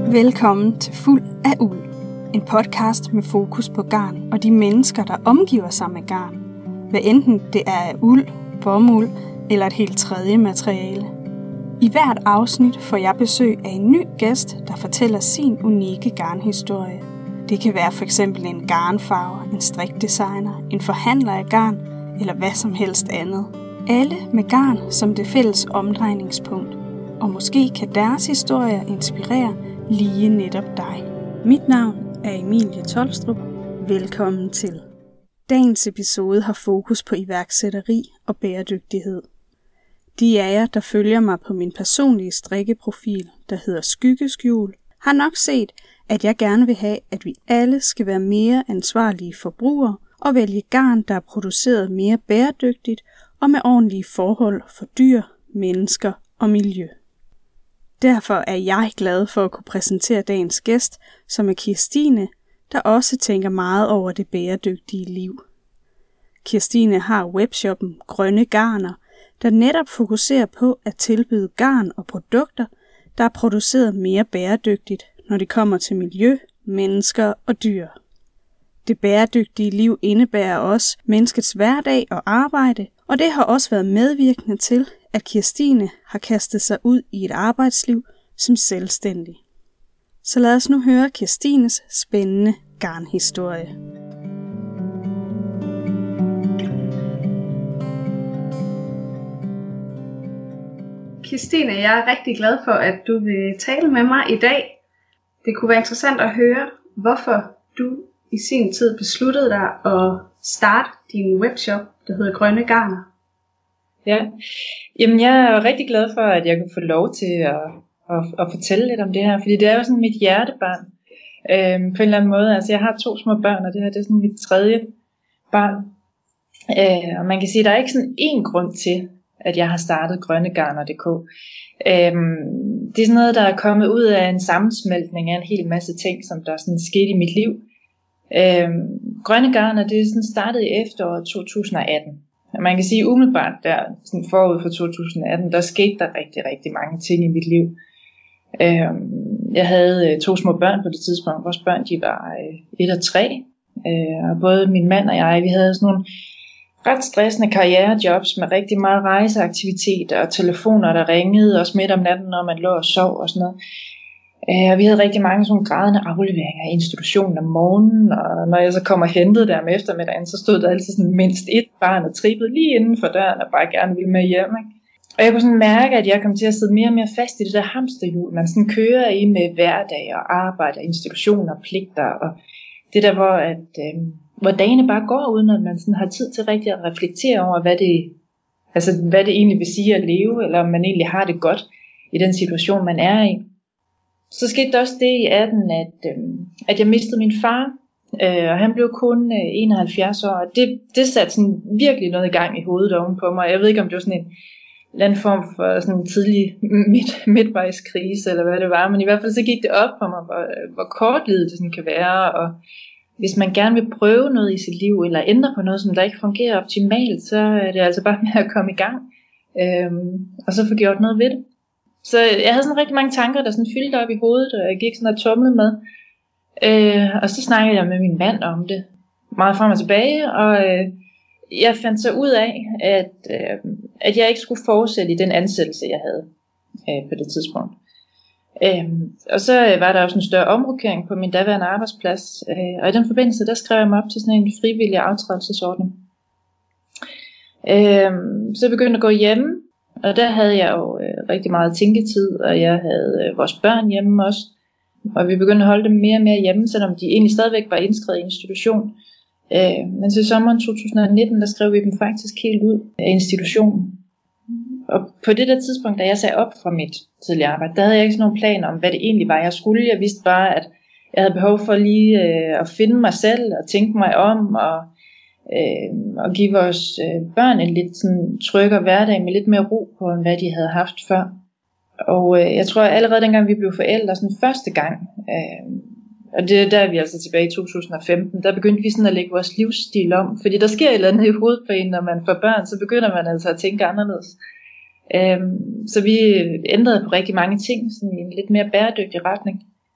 Velkommen til Fuld af Uld, en podcast med fokus på garn og de mennesker, der omgiver sig med garn. Hvad enten det er af uld, bomuld eller et helt tredje materiale. I hvert afsnit får jeg besøg af en ny gæst, der fortæller sin unikke garnhistorie. Det kan være for eksempel en garnfarver, en strikdesigner, en forhandler af garn eller hvad som helst andet. Alle med garn som det fælles omdrejningspunkt. Og måske kan deres historier inspirere lige netop dig. Mit navn er Emilie Tolstrup. Velkommen til. Dagens episode har fokus på iværksætteri og bæredygtighed. De af jer, der følger mig på min personlige strikkeprofil, der hedder Skyggeskjul, har nok set, at jeg gerne vil have, at vi alle skal være mere ansvarlige forbrugere og vælge garn, der er produceret mere bæredygtigt og med ordentlige forhold for dyr, mennesker og miljø. Derfor er jeg glad for at kunne præsentere dagens gæst, som er Kirstine, der også tænker meget over det bæredygtige liv. Kirstine har webshoppen Grønne Garner, der netop fokuserer på at tilbyde garn og produkter, der er produceret mere bæredygtigt, når det kommer til miljø, mennesker og dyr. Det bæredygtige liv indebærer også menneskets hverdag og arbejde, og det har også været medvirkende til, at Kirstine har kastet sig ud i et arbejdsliv som selvstændig. Så lad os nu høre Kirstines spændende garnhistorie. Kirstine, jeg er rigtig glad for, at du vil tale med mig i dag. Det kunne være interessant at høre, hvorfor du i sin tid besluttede dig at starte din webshop, der hedder Grønne Garner. Ja, jamen jeg er rigtig glad for, at jeg kan få lov til at fortælle lidt om det her, fordi det er jo sådan mit hjertebarn på en eller anden måde. Altså jeg har 2 små børn, og det her det er sådan mit 3. barn. Og man kan sige, at der er ikke sådan én grund til, at jeg har startet grønnegarner.dk. Det er sådan noget, der er kommet ud af en sammensmeltning af en hel masse ting, som der sådan skete i mit liv. Grønne Garner, det er sådan startet i efteråret 2018. Og man kan sige umiddelbart der, sådan forud for 2018, der skete der rigtig, rigtig mange ting i mit liv. Jeg havde 2 små børn på det tidspunkt. Vores børn, de var 1 og 3. Og både min mand og jeg, vi havde sådan nogle ret stressende karrierejobs med rigtig meget rejseaktivitet og telefoner, der ringede os midt om natten, når man lå og sov og sådan noget. Og vi havde rigtig mange sådan grædende afleveringer i institutionen om morgenen, og når jeg så kom og hentede der om eftermiddagen, så stod der altid sådan mindst 1 barn og trippede lige inden for døren og bare gerne ville med hjem. Ikke? Og jeg kunne sådan mærke, at jeg kom til at sidde mere og mere fast i det der hamsterhjul, man sådan kører i med hverdag og arbejde og institutioner og pligter, og det der, hvor dagene bare går, uden at man sådan har tid til rigtig at reflektere over, hvad det egentlig vil sige at leve, eller om man egentlig har det godt i den situation, man er i. Så skete der også det i 18, at jeg mistede min far, og han blev kun 71 år, og det satte sådan virkelig noget i gang i hovedet oven på mig. Jeg ved ikke, om det var sådan en eller anden form for sådan en tidlig midtvejskrise, eller hvad det var, men i hvert fald så gik det op for mig, hvor kortlivet det sådan kan være, og hvis man gerne vil prøve noget i sit liv, eller ændre på noget, som der ikke fungerer optimalt, så er det altså bare med at komme i gang, og så få gjort noget ved det. Så jeg havde sådan rigtig mange tanker, der sådan fyldte op i hovedet, og jeg gik sådan og tumlede med. Og så snakkede jeg med min mand om det, meget frem og tilbage, og jeg fandt så ud af, at jeg ikke skulle fortsætte i den ansættelse, jeg havde på det tidspunkt. Og så var der også en større omrokering på min daværende arbejdsplads, og i den forbindelse, der skrev jeg mig op til sådan en frivillig aftrædelsesordning. Så jeg begyndte at gå hjemme, og der havde jeg jo rigtig meget tænketid, og jeg havde vores børn hjemme også, og vi begyndte at holde dem mere og mere hjemme, selvom de egentlig stadigvæk var indskrevet i institution. Men til sommeren 2019, der skrev vi dem faktisk helt ud af institutionen. Og på det der tidspunkt, da jeg sagde op fra mit tidligere arbejde, der havde jeg ikke sådan nogen planer om, hvad det egentlig var, jeg skulle. Jeg vidste bare, at jeg havde behov for lige at finde mig selv og tænke mig om, og give vores børn en lidt sådan tryggere hverdag med lidt mere ro på, end hvad de havde haft før. Og jeg tror, at allerede dengang vi blev forældre, sådan første gang, og det der er vi altså tilbage i 2015, der begyndte vi sådan at lægge vores livsstil om, fordi der sker et eller andet i hovedet på en, når man får børn, så begynder man altså at tænke anderledes. Så vi ændrede på rigtig mange ting, sådan i en lidt mere bæredygtig retning.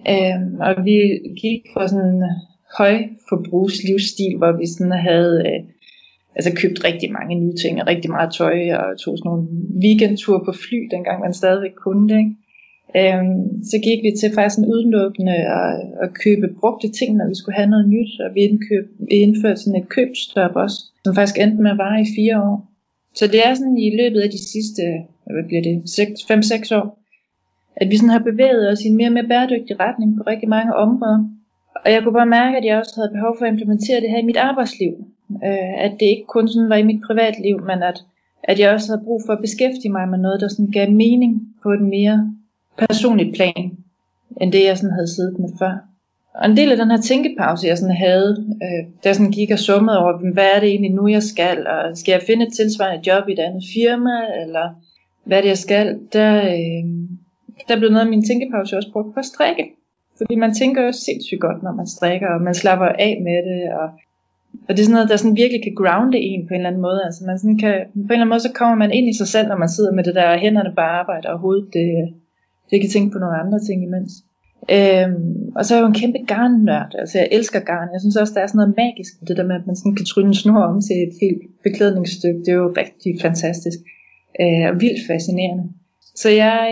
Og vi gik fra sådan en højforbrugslivsstil, hvor vi sådan havde købt rigtig mange nye ting og rigtig meget tøj og tog sådan nogle weekendture på fly, dengang man stadigvæk kunne det, ikke? Så gik vi til faktisk sådan udelukkende at købe brugte ting, når vi skulle have noget nyt, og vi indførte sådan et købsstop også, som faktisk endte med at vare i 4 år. Så det er sådan i løbet af de sidste, 5-6 år, at vi sådan har bevæget os i en mere og mere bæredygtig retning på rigtig mange områder. Og jeg kunne bare mærke, at jeg også havde behov for at implementere det her i mit arbejdsliv. At det ikke kun sådan var i mit privatliv, men at jeg også havde brug for at beskæftige mig med noget, der sådan gav mening på et mere personligt plan, end det jeg sådan havde siddet med før. Og en del af den her tænkepause, jeg sådan havde, der sådan gik og summede over, hvad er det egentlig nu, jeg skal, og skal jeg finde et tilsvarende job i et andet firma, eller hvad det jeg skal, der blev noget af min tænkepause også brugt på at strikke. Fordi man tænker jo sindssygt godt, når man strikker, og man slapper af med det, og det er sådan noget, der sådan virkelig kan grounde en på en eller anden måde. Altså man sådan kan, på en eller anden måde, så kommer man ind i sig selv, når man sidder med det der, og hænderne bare arbejder, og hovedet det kan tænke på nogle andre ting imens. Og så er jeg jo en kæmpe garnnørd. Altså jeg elsker garn. Jeg synes også, der er sådan noget magisk med det der med, at man sådan kan trylle en snor om til et helt beklædningsstykke. Det er jo rigtig fantastisk og vildt fascinerende. Så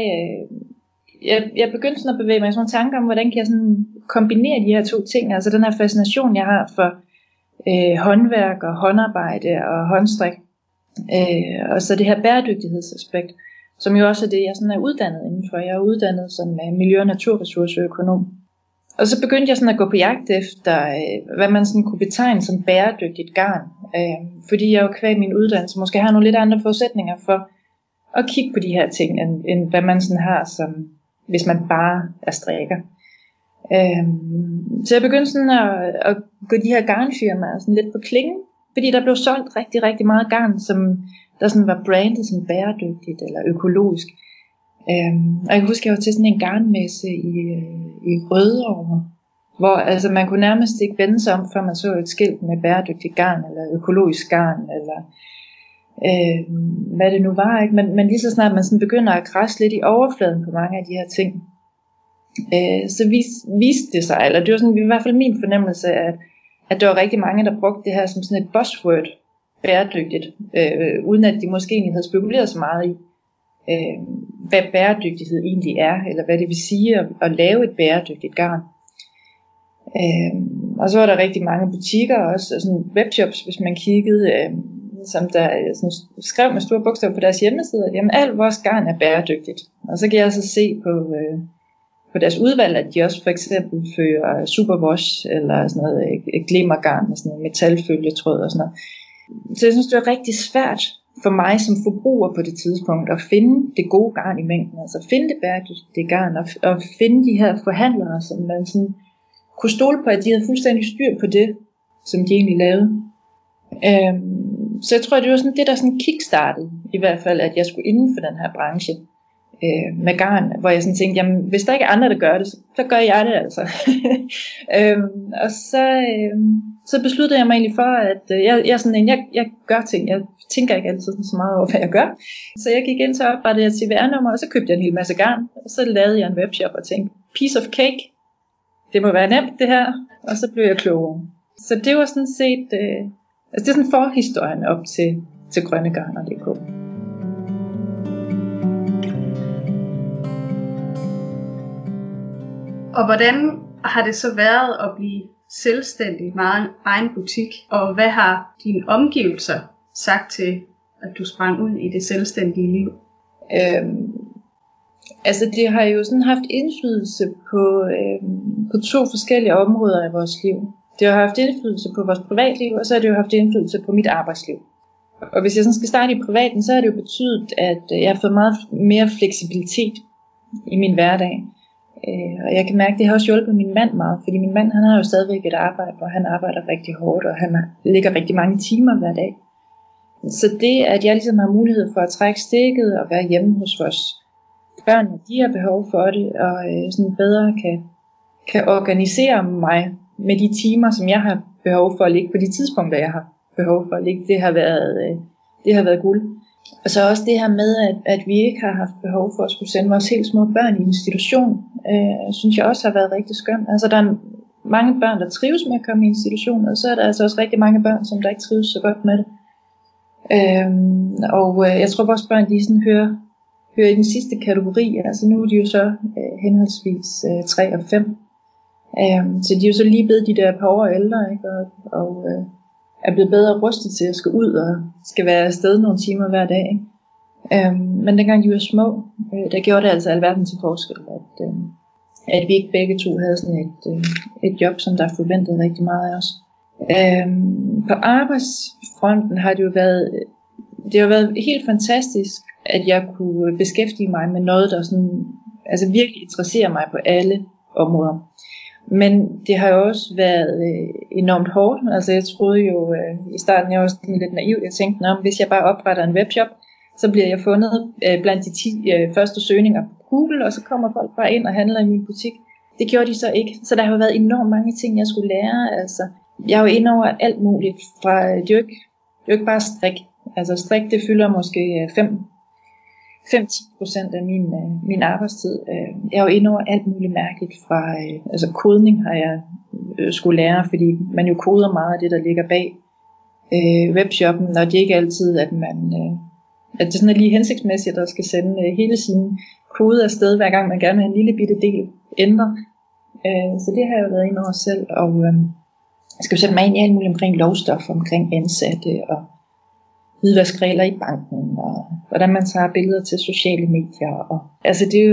jeg begyndte sådan at bevæge mig i sådan nogle tanker om, hvordan kan jeg sådan kombinere de her to ting. Altså den her fascination, jeg har for håndværk og håndarbejde og håndstrik. Og så det her bæredygtighedsaspekt, som jo også er det, jeg sådan er uddannet indenfor. Jeg er uddannet som miljø- og naturressourceøkonom. Og så begyndte jeg sådan at gå på jagt efter, hvad man sådan kunne betegne som bæredygtigt garn. Fordi jeg jo kvæg min uddannelse måske har nogle lidt andre forudsætninger for at kigge på de her ting, end hvad man sådan har, som hvis man bare er strikker. Så jeg begyndte sådan at gå de her garnfirmaer sådan lidt på klingen, fordi der blev solgt rigtig, rigtig meget garn, som der sådan var brandet som bæredygtigt eller økologisk. Og jeg kan huske, at jeg var til sådan en garnmesse i Rødovre, hvor altså, man kunne nærmest ikke vende sig om, før man så et skilt med bæredygtigt garn, eller økologisk garn, eller hvad det nu var, ikke? Men lige så snart man sådan begynder at krasse lidt i overfladen på mange af de her ting, så viste det sig, eller det var sådan i hvert fald min fornemmelse, at der var rigtig mange, der brugte det her som sådan et buzzword, bæredygtigt, uden at de måske egentlig havde spekuleret så meget i, hvad bæredygtighed egentlig er, eller hvad det vil sige at lave et bæredygtigt garn. Og så var der rigtig mange butikker også, og sådan webshops, hvis man kiggede, som der sådan skrev med store bogstaver på deres hjemmeside, at jamen, alt vores garn er bæredygtigt. Og så kan jeg så se på deres udvalg, at de også for eksempel fører superwash, eller sådan noget glimmergarn, og sådan noget metalfølgetråd og sådan noget. Så jeg synes, det var rigtig svært for mig som forbruger på det tidspunkt at finde det gode garn i mængden, altså finde det bæredygtige garn, og finde de her forhandlere, som man sådan kunne stole på, at de havde fuldstændig styr på det, som de egentlig lavede. Så jeg tror, det var sådan det, der sådan kickstartede i hvert fald, at jeg skulle inden for den her branche med garn, hvor jeg sådan tænkte, jamen hvis der ikke er andre, der gør det, så gør jeg det altså. Og så besluttede jeg mig egentlig for, at jeg gør ting. Jeg tænker ikke altid så meget over, hvad jeg gør. Så jeg gik ind til at oprette et CVR-nummer, og så købte jeg en hel masse garn. Og så lavede jeg en webshop og tænkte, piece of cake, det må være nemt det her. Og så blev jeg klogere. Så det var sådan set, det er sådan forhistorien op til grønnegarner.dk. Og hvordan har det så været at blive selvstændig med egen butik, og hvad har dine omgivelser sagt til, at du sprang ud i det selvstændige liv? Altså det har jo sådan haft indflydelse på 2 forskellige områder af vores liv. Det har haft indflydelse på vores privatliv, og så har det jo haft indflydelse på mit arbejdsliv. Og hvis jeg sådan skal starte i privaten, så har det jo betydet, at jeg har fået meget mere fleksibilitet i min hverdag. Og jeg kan mærke, at det har også hjulpet min mand meget, fordi min mand han har jo stadigvæk et arbejde, hvor han arbejder rigtig hårdt, og han ligger rigtig mange timer hver dag. Så det, at jeg ligesom har mulighed for at trække stikket og være hjemme hos vores børn, de har behov for det, og sådan bedre kan organisere mig med de timer, som jeg har behov for at ligge på de tidspunkter, jeg har behov for at ligge, det har været guld. Og så også det her med, at vi ikke har haft behov for at skulle sende vores helt små børn i institution, synes jeg også har været rigtig skønt. Altså der er mange børn, der trives med at komme i institution, og så er der altså også rigtig mange børn, som der ikke trives så godt med det. Jeg tror vores børn, de sådan hører i den sidste kategori. Altså nu er de jo så henholdsvis 3 og 5. Så de er jo så lige blevet de der par år ældre, ikke? Og er blevet bedre rustet til at skal ud og skal være afsted nogle timer hver dag, ikke? Men dengang de var små, der gjorde det altså alverden til forskel, at vi ikke begge to havde sådan et job, som der forventede rigtig meget af os. På arbejdsfronten har det har været helt fantastisk, at jeg kunne beskæftige mig med noget, der sådan, altså virkelig interesserer mig på alle områder. Men det har jo også været enormt hårdt. Altså jeg troede jo i starten, jeg var sådan lidt naiv. Jeg tænkte, hvis jeg bare opretter en webshop, så bliver jeg fundet blandt de 10 første søgninger på Google, og så kommer folk bare ind og handler i min butik. Det gjorde de så ikke. Så der har jo været enormt mange ting, jeg skulle lære. Altså, jeg er jo inde over alt muligt. Det er jo ikke bare strik. Altså strik, det fylder måske 5-10% af min arbejdstid. Jeg er jo inde over alt muligt mærkeligt fra, altså kodning har jeg skulle lære, fordi man jo koder meget af det, der ligger bag webshoppen, og det er ikke altid, at det sådan er lige hensigtsmæssigt, at der skal sende hele sin kode afsted, hver gang man gerne vil have en lille bitte del ændret. Så det har jeg jo været inde over selv, og jeg skal jo sætte mig ind i alt muligt omkring lovstof, omkring ansatte, og hvidvaskregler i banken, og hvordan man tager billeder til sociale medier. Og, altså det er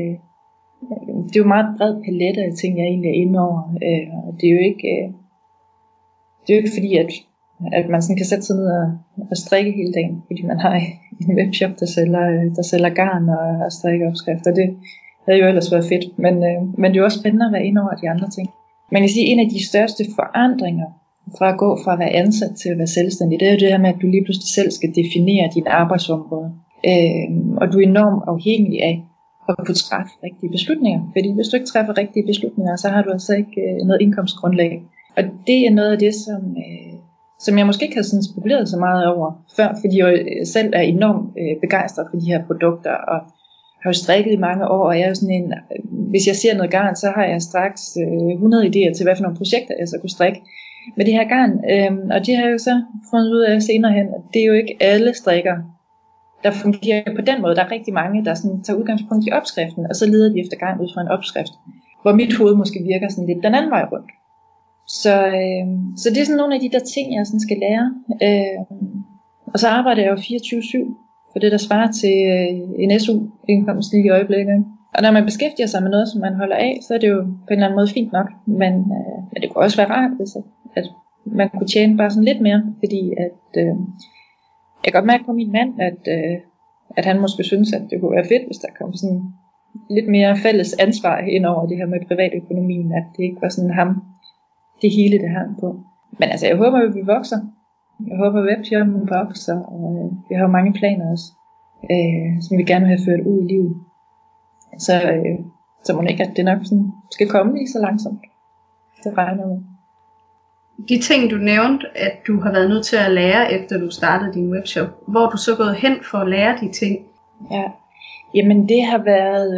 jo meget bred palet af ting, jeg egentlig er inde over. Og det er jo ikke fordi, at man sådan kan sætte sig ned og strikke hele dagen, fordi man har en webshop, der sælger garn og strikkeopskrifter. Det havde jo ellers været fedt, men det er jo også spændende at være inde over de andre ting. Man kan sige, at en af de største forandringer fra at gå fra at være ansat til at være selvstændig, det er jo det her med, at du lige pludselig selv skal definere din arbejdsområde. Og du er enormt afhængig af at kunne træffe rigtige beslutninger. Fordi hvis du ikke træffer rigtige beslutninger, så har du altså ikke noget indkomstgrundlag. Og det er noget af det, som jeg måske ikke har sådan spekuleret så meget over før, fordi jeg selv er enormt begejstret for de her produkter, og har jo strikket i mange år, og jeg er jo sådan hvis jeg ser noget garn, så har jeg straks 100 idéer til, hvad for nogle projekter jeg så kunne strikke med det her garn. Og det har jeg jo så fundet ud af senere hen, at det er jo ikke alle strikker, der fungerer på den måde. Der er rigtig mange, der sådan tager udgangspunkt i opskriften, og så leder de efter garn ud fra en opskrift, hvor mit hoved måske virker sådan lidt den anden vej rundt. Så det er sådan nogle af de der ting, jeg sådan skal lære. Og så arbejder jeg jo 24/7 for det, der svarer til en SU-indkomst lige i øjeblikket. Og når man beskæftiger sig med noget, som man holder af, så er det jo på en eller anden måde fint nok. Men det kunne også være rart, at man kunne tjene bare sådan lidt mere. Fordi jeg kan godt mærke på min mand, at han måske synes, at det kunne være fedt, hvis der kom sådan lidt mere fælles ansvar ind over det her med privatøkonomien. At det ikke var sådan ham, det hele det hang på. Men altså, jeg håber, at vi vokser. Jeg håber, at webshoppen vokser, og vi har jo mange planer også, som vi gerne vil have ført ud i livet. Så må det ikke, at det nok sådan skal komme lige så langsomt. Det regner med. De ting, du nævnte, at du har været nødt til at lære, efter du startede din webshop, hvor er du så gået hen for at lære de ting? Ja, jamen det har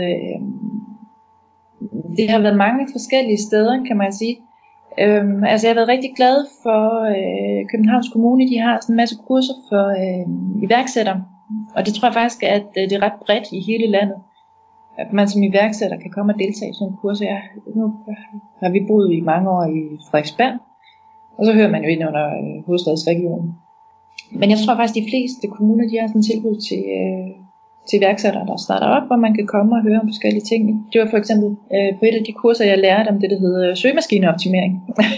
været mange forskellige steder, kan man sige. Altså jeg har været rigtig glad for Københavns Kommune. De har sådan en masse kurser for iværksættere, og det tror jeg faktisk, at det er ret bredt i hele landet, at man som iværksætter kan komme og deltage i sådan en kurs. Nu har vi boet i mange år i Frederiksberg, og så hører man jo ind under hovedstadsregionen. Men jeg tror faktisk, at de fleste kommuner, de har sådan et tilbud til iværksættere, der starter op, hvor man kan komme og høre om forskellige ting. Det var for eksempel på et af de kurser, jeg lærte om det, der hedder søgemaskineoptimering.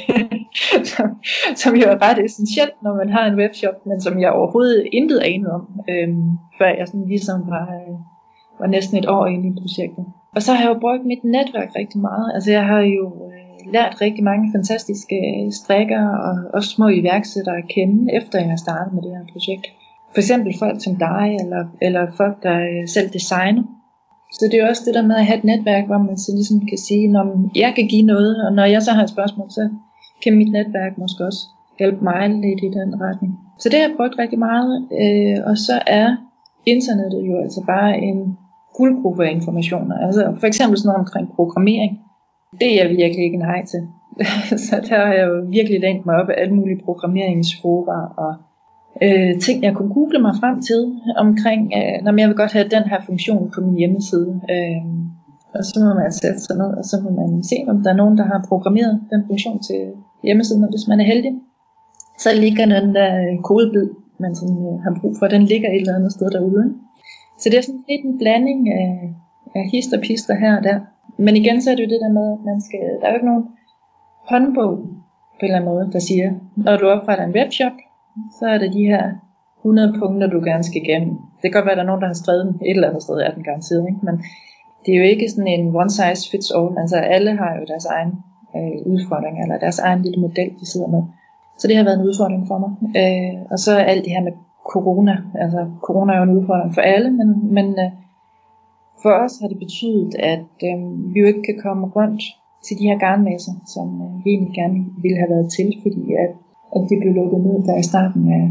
som jo er ret essentielt, når man har en webshop, men som jeg overhovedet intet anede om, før jeg sådan ligesom var næsten et år inde i projektet. Og så har jeg jo brugt mit netværk rigtig meget. Altså jeg har jo lært rigtig mange fantastiske strikkere og også små iværksættere at kende, efter jeg har startet med det her projekt. For eksempel folk som dig, eller folk, der selv designer. Så det er jo også det der med at have et netværk, hvor man så ligesom kan sige, når jeg kan give noget, og når jeg så har et spørgsmål, så kan mit netværk måske også hjælpe mig lidt i den retning. Så det har jeg brugt rigtig meget, og så er internettet jo altså bare en guldgruppe af informationer. Altså for eksempel sådan noget omkring programmering. Det er jeg virkelig ikke nej til. Så der har jeg jo virkelig lænt mig op af alle mulige programmeringsfora og ting, jeg kunne google mig frem til omkring, når jeg vil godt have den her funktion på min hjemmeside. Og så må man sætte sig ned, og så må man se, om der er nogen, der har programmeret den funktion til hjemmesiden, og hvis man er heldig, så ligger den der kodebid, man sådan, har brug for, den ligger et eller andet sted derude. Så det er sådan lidt en blanding af hist og pister her og der. Men igen, så er det jo det der med, at der er jo ikke nogen håndbog på en eller anden måde, der siger, når du opretter en webshop, så er det de her 100 punkter, du gerne skal igennem. Det kan godt være, at der er nogen, der har skrevet den et eller andet sted, er den garanteret, ikke? Men det er jo ikke sådan en one size fits all. Altså alle har jo deres egen udfordring, eller deres egen lille model, de sidder med. Så det har været en udfordring for mig. Og så alt det her med corona. Altså corona er jo en udfordring for alle, men for os har det betydet, at vi jo ikke kan komme rundt til de her garnmesser, som vi egentlig gerne ville have været til, fordi at de blev lukket ned der i starten af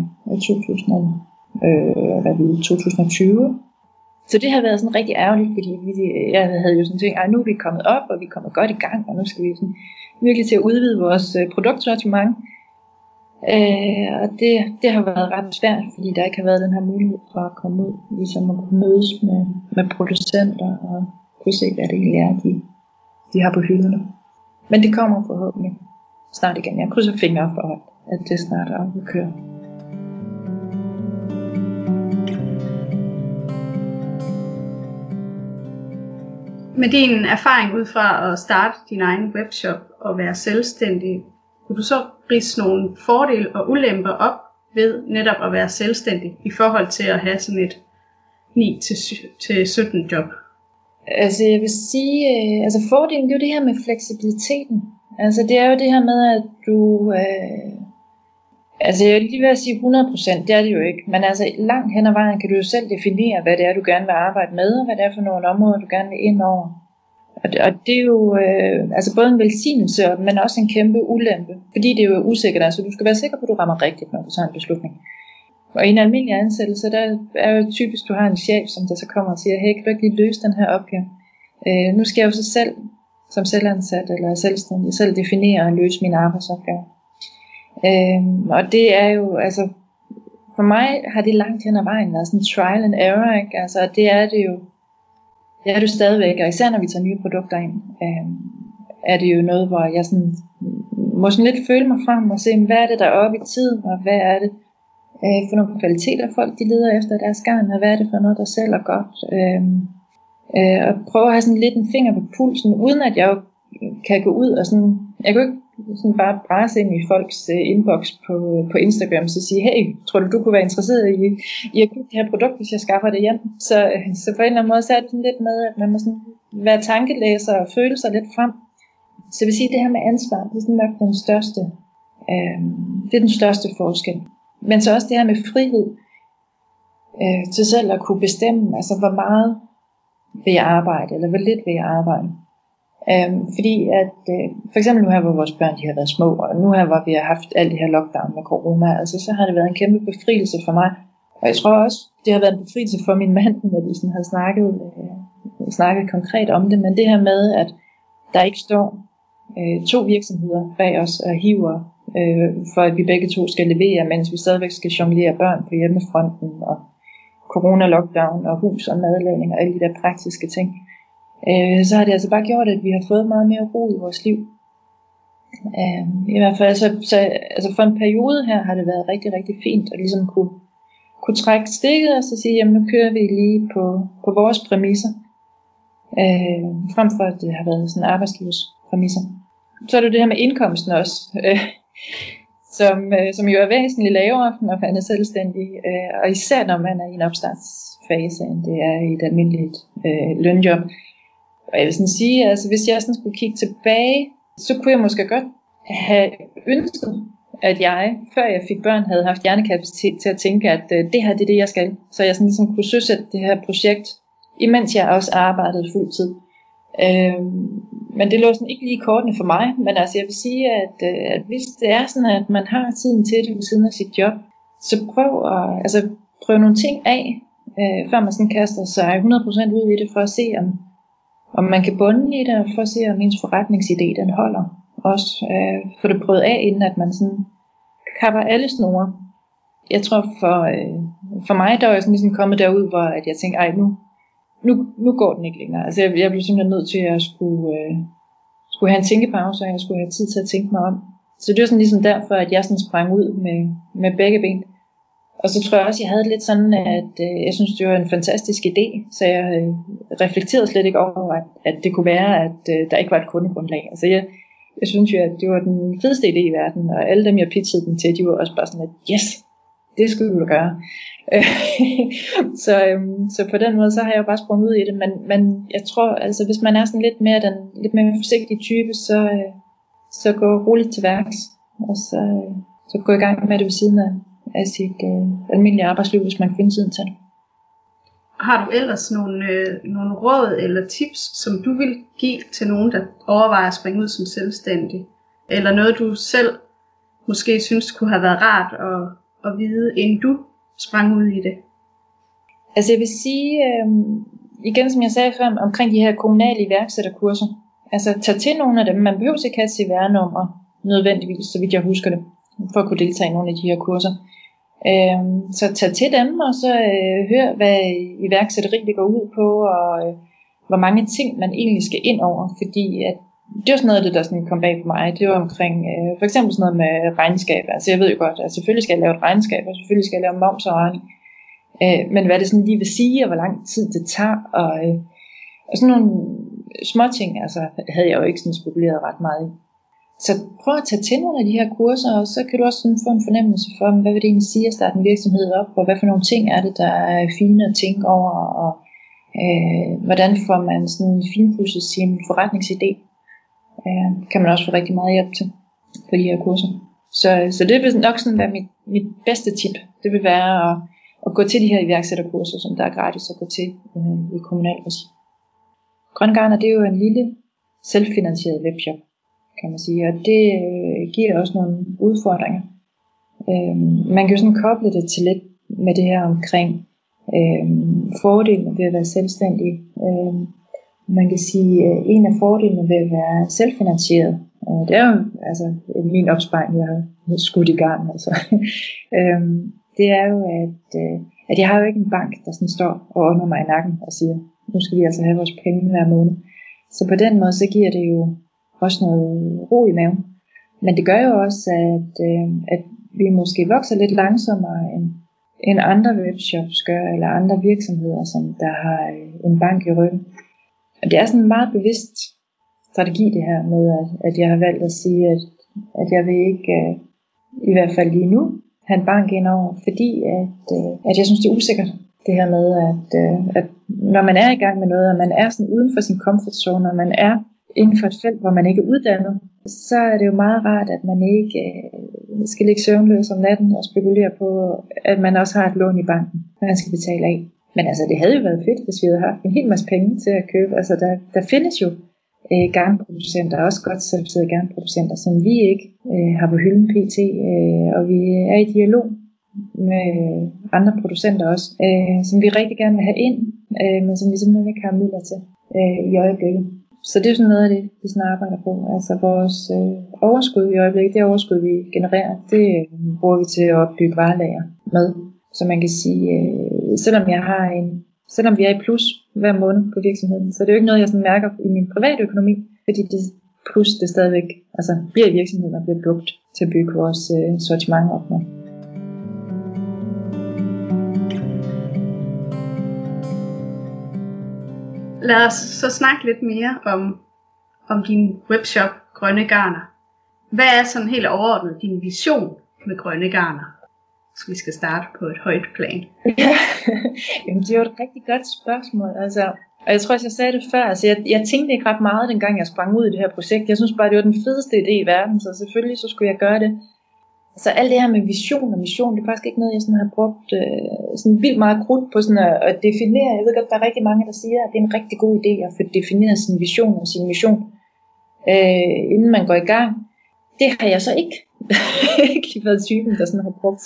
2020. Så det har været sådan rigtig ærgerligt, fordi jeg havde jo sådan tænkt, nu er vi kommet op, og vi er kommet godt i gang, og nu skal vi sådan virkelig til at udvide vores produktsortiment. Og det har været ret svært, fordi der ikke har været den her mulighed for at komme ud, ligesom at kunne mødes med producenter og kunne se, hvad det egentlig er, de har på hylderne. Men det kommer forhåbentlig snart igen. Jeg krydser fingre for, at det snart er at køre. Med din erfaring ud fra at starte din egen webshop og være selvstændig, kunne du så ridse nogle fordele og ulemper op ved netop at være selvstændig i forhold til at have sådan et 9-17 job? Altså jeg vil sige, fordelen det er jo det her med fleksibiliteten. Altså det er jo det her med, at du... jeg er lige ved at sige 100%, det er det jo ikke. Men altså langt hen ad vejen kan du jo selv definere, hvad det er, du gerne vil arbejde med, og hvad det er for nogle områder, du gerne vil ind over. Og det er jo både en velsignelse, men også en kæmpe ulempe. Fordi det er jo usikkert, altså du skal være sikker på, at du rammer rigtigt, når du tager en beslutning. Og i en almindelig ansættelse, der er jo typisk, du har en chef, som der så kommer og siger, hey, kan du ikke lige løse den her opgave? Nu skal jeg jo så selv, som selvansat eller selvstændig, selv definere og løse mine arbejdsopgaver. Og det er jo, for mig har det langt hen ad vejen været sådan trial and error, ikke? Altså det er det jo, stadigvæk, og især når vi tager nye produkter ind, er det jo noget, hvor jeg sådan, må sådan lidt føle mig frem og se, hvad er det der er oppe i tiden, og hvad er det for nogle kvaliteter folk de leder efter deres garn, og hvad er det for noget der sælger godt, og prøve at have sådan lidt en finger på pulsen, uden at jeg jo kan gå ud og sådan, jeg kan jo ikke sådan bare brase ind i folks inbox på Instagram og sige, hey, tror du kunne være interesseret i at købe det her produkt, hvis jeg skaffer det hjem? Så på en eller anden måde, så er det lidt med, at man må sådan være tankelæser og føle sig lidt frem. Så jeg vil sige, at det her med ansvar, det er sådan nok det er den største forskel. Men så også det her med frihed til selv at kunne bestemme, altså hvor meget vil jeg arbejde, eller hvor lidt vil jeg arbejde. Fordi at for eksempel nu her, hvor vores børn de har været små, og nu her, hvor vi har haft alt det her lockdown med corona, altså så har det været en kæmpe befrielse for mig. Og jeg tror også, det har været en befrielse for min mand, når de sådan har snakket konkret om det, men det her med, at der ikke står 2 virksomheder bag os og hiver, for at vi begge to skal levere, mens vi stadigvæk skal jonglere børn på hjemmefronten, og corona-lockdown, og hus og madlavning, og alle de der praktiske ting. Så har det altså bare gjort, at vi har fået meget mere ro i vores liv. I hvert fald, så for en periode her har det været rigtig, rigtig fint at ligesom kunne trække stikket og så sige, jamen nu kører vi lige på vores præmisser, frem for at det har været sådan arbejdsgivers præmisser. Så er det det her med indkomsten også, som jo er væsentligt lavere, når man er selvstændig, og især når man er i en opstartsfase, end det er i et almindeligt lønjob. Og jeg vil sådan sige, altså hvis jeg sådan skulle kigge tilbage, så kunne jeg måske godt have ønsket, at jeg, før jeg fik børn, havde haft hjernekapacitet til at tænke, at det her det er det, jeg skal. Så jeg sådan ligesom kunne søsætte det her projekt, imens jeg også arbejdede fuldtid. Men det lå sådan ikke lige i kortene for mig. Men altså jeg vil sige, at hvis det er sådan, at man har tiden til det ved siden af sit job, så prøv nogle ting af, før man sådan kaster sig 100% ud i det, for at se om man kan bunde i det, og for at se om ens forretningsidé den holder. Også få det prøvet af, inden at man sådan kapper alle snore. Jeg tror for mig, der var jeg sådan ligesom kommet derud, hvor at jeg tænkte, nu går den ikke længere. Altså jeg blev simpelthen nødt til at skulle have en tænkepause, og jeg skulle have tid til at tænke mig om. Så det var sådan ligesom derfor, at jeg sådan sprang ud med begge ben. Og så tror jeg også, jeg havde lidt sådan, at jeg synes, det var en fantastisk idé, så jeg reflekterede slet ikke over, at det kunne være, at der ikke var et kundegrundlag. Altså jeg synes jo, at det var den fedeste idé i verden, og alle dem, jeg pitchede den til, de var også bare sådan, at yes, det skulle du gøre. Så på den måde, så har jeg jo bare sprunget ud i det, men jeg tror, altså hvis man er sådan lidt mere forsigtig type, så gå roligt til værks, og så gå i gang med det ved siden af sit almindelige arbejdsliv, hvis man kan finde tiden til det. Har du ellers nogle råd eller tips, som du vil give til nogen, der overvejer at springe ud som selvstændig? Eller noget, du selv måske synes kunne have været rart at vide, inden du sprang ud i det? Altså jeg vil sige, igen som jeg sagde før, omkring de her kommunale iværksætterkurser. Altså tag til nogle af dem. Man behøver ikke have et CVR-nummer nødvendigvis, så vidt jeg husker det, for at kunne deltage i nogle af de her kurser. Så tag til dem, og så hør, hvad iværksætteri det går ud på, og hvor mange ting man egentlig skal ind over, fordi at det var sådan noget af det, der sådan kom bag på mig. Det var omkring for eksempel sådan noget med regnskab. Altså jeg ved jo godt, at selvfølgelig skal jeg lave et regnskab, og selvfølgelig skal jeg lave moms og regning. Men hvad det sådan lige vil sige, og hvor lang tid det tager, og sådan nogle små ting, altså havde jeg jo ikke sådan spekuleret ret meget i. Så prøv at tage til nogle af de her kurser, og så kan du også sådan få en fornemmelse for, hvad vil det egentlig sige at starte en virksomhed op, og hvad for nogle ting er det, der er fine at tænke over, og hvordan får man sådan finpudset sin forretningsidé. Kan man også få rigtig meget hjælp til på de her kurser. Så det vil nok sådan være mit bedste tip. Det vil være at gå til de her iværksætterkurser, som der er gratis at gå til i kommunal regi. Grønne Garner, det er jo en lille selvfinansieret webshop, kan man sige, og det giver også nogle udfordringer. Man kan jo sådan koble det til lidt med det her omkring fordelen ved at være selvstændig. Man kan sige, en af fordelene ved at være selvfinansieret, det er jo altså min opsparing, jeg har skudt i gang. Altså. Det er jo, at jeg har jo ikke en bank, der sådan står og under mig i nakken og siger, nu skal vi altså have vores penge hver måned. Så på den måde, så giver det jo også noget ro i maven. Men det gør jo også, at vi måske vokser lidt langsommere end andre webshops gør, eller andre virksomheder, som der har en bank i ryggen. Og det er sådan en meget bevidst strategi det her med, at jeg har valgt at sige, at jeg vil ikke, i hvert fald lige nu, have en bank indover, fordi at jeg synes det er usikkert, det her med, at når man er i gang med noget, og man er sådan uden for sin comfort zone, og man er inden for et felt, hvor man ikke er uddannet, så er det jo meget rart, at man ikke skal ligge søvnløs om natten og spekulere på, at man også har et lån i banken, man skal betale af. Men altså, det havde jo været fedt, hvis vi havde haft en hel masse penge til at købe. Altså, der findes jo garnproducenter, også godt certificerede garnproducenter, som vi ikke har på hylden pt. Og vi er i dialog med andre producenter også, som vi rigtig gerne vil have ind, men som vi simpelthen ikke har midler til i øjeblikket. Så det er sådan noget af det, vi sådan arbejder på. Altså vores overskud i øjeblikket, det overskud vi genererer, det bruger vi til at opbygge varelager med. Så man kan sige, selvom vi er i plus hver måned på virksomheden, så det er jo ikke noget, jeg sådan mærker i min private økonomi, fordi det plus det stadigvæk bliver i virksomheden og bliver brugt til at bygge vores sortiment op med. Lad os så snakke lidt mere om din webshop Grønne Garner. Hvad er sådan helt overordnet din vision med Grønne Garner? Så vi skal starte på et højt plan. Ja, jamen det er jo et rigtig godt spørgsmål. Altså, og jeg tror også, jeg sagde det før. Altså, jeg tænkte ikke ret meget, dengang jeg sprang ud i det her projekt. Jeg synes bare, det var den fedeste idé i verden, så selvfølgelig så skulle jeg gøre det. Så alt det her med vision og mission, det er faktisk ikke noget, jeg sådan har brugt sådan vildt meget krudt på sådan at definere. Jeg ved godt, der er rigtig mange, der siger, at det er en rigtig god idé at få defineret sin vision og sin mission, inden man går i gang. Det har jeg så ikke. Ikke været typen, der sådan har brugt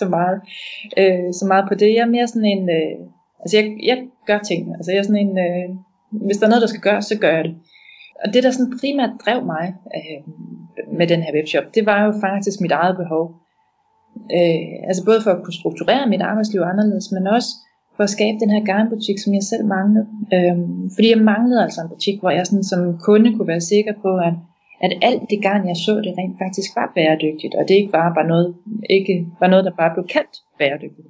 så meget på det. Jeg er mere sådan en, altså jeg gør tingene. Altså jeg er sådan en, hvis der er noget, der skal gøres, så gør jeg det. Og det, der sådan primært drev mig med den her webshop, det var jo faktisk mit eget behov. Altså både for at kunne strukturere mit arbejdsliv anderledes, men også for at skabe den her garnbutik, som jeg selv manglede. Fordi jeg manglede altså en butik, hvor jeg sådan som kunde kunne være sikker på, at alt det garn, jeg så, det rent faktisk var bæredygtigt, og det ikke var noget, der bare blev kaldt bæredygtigt.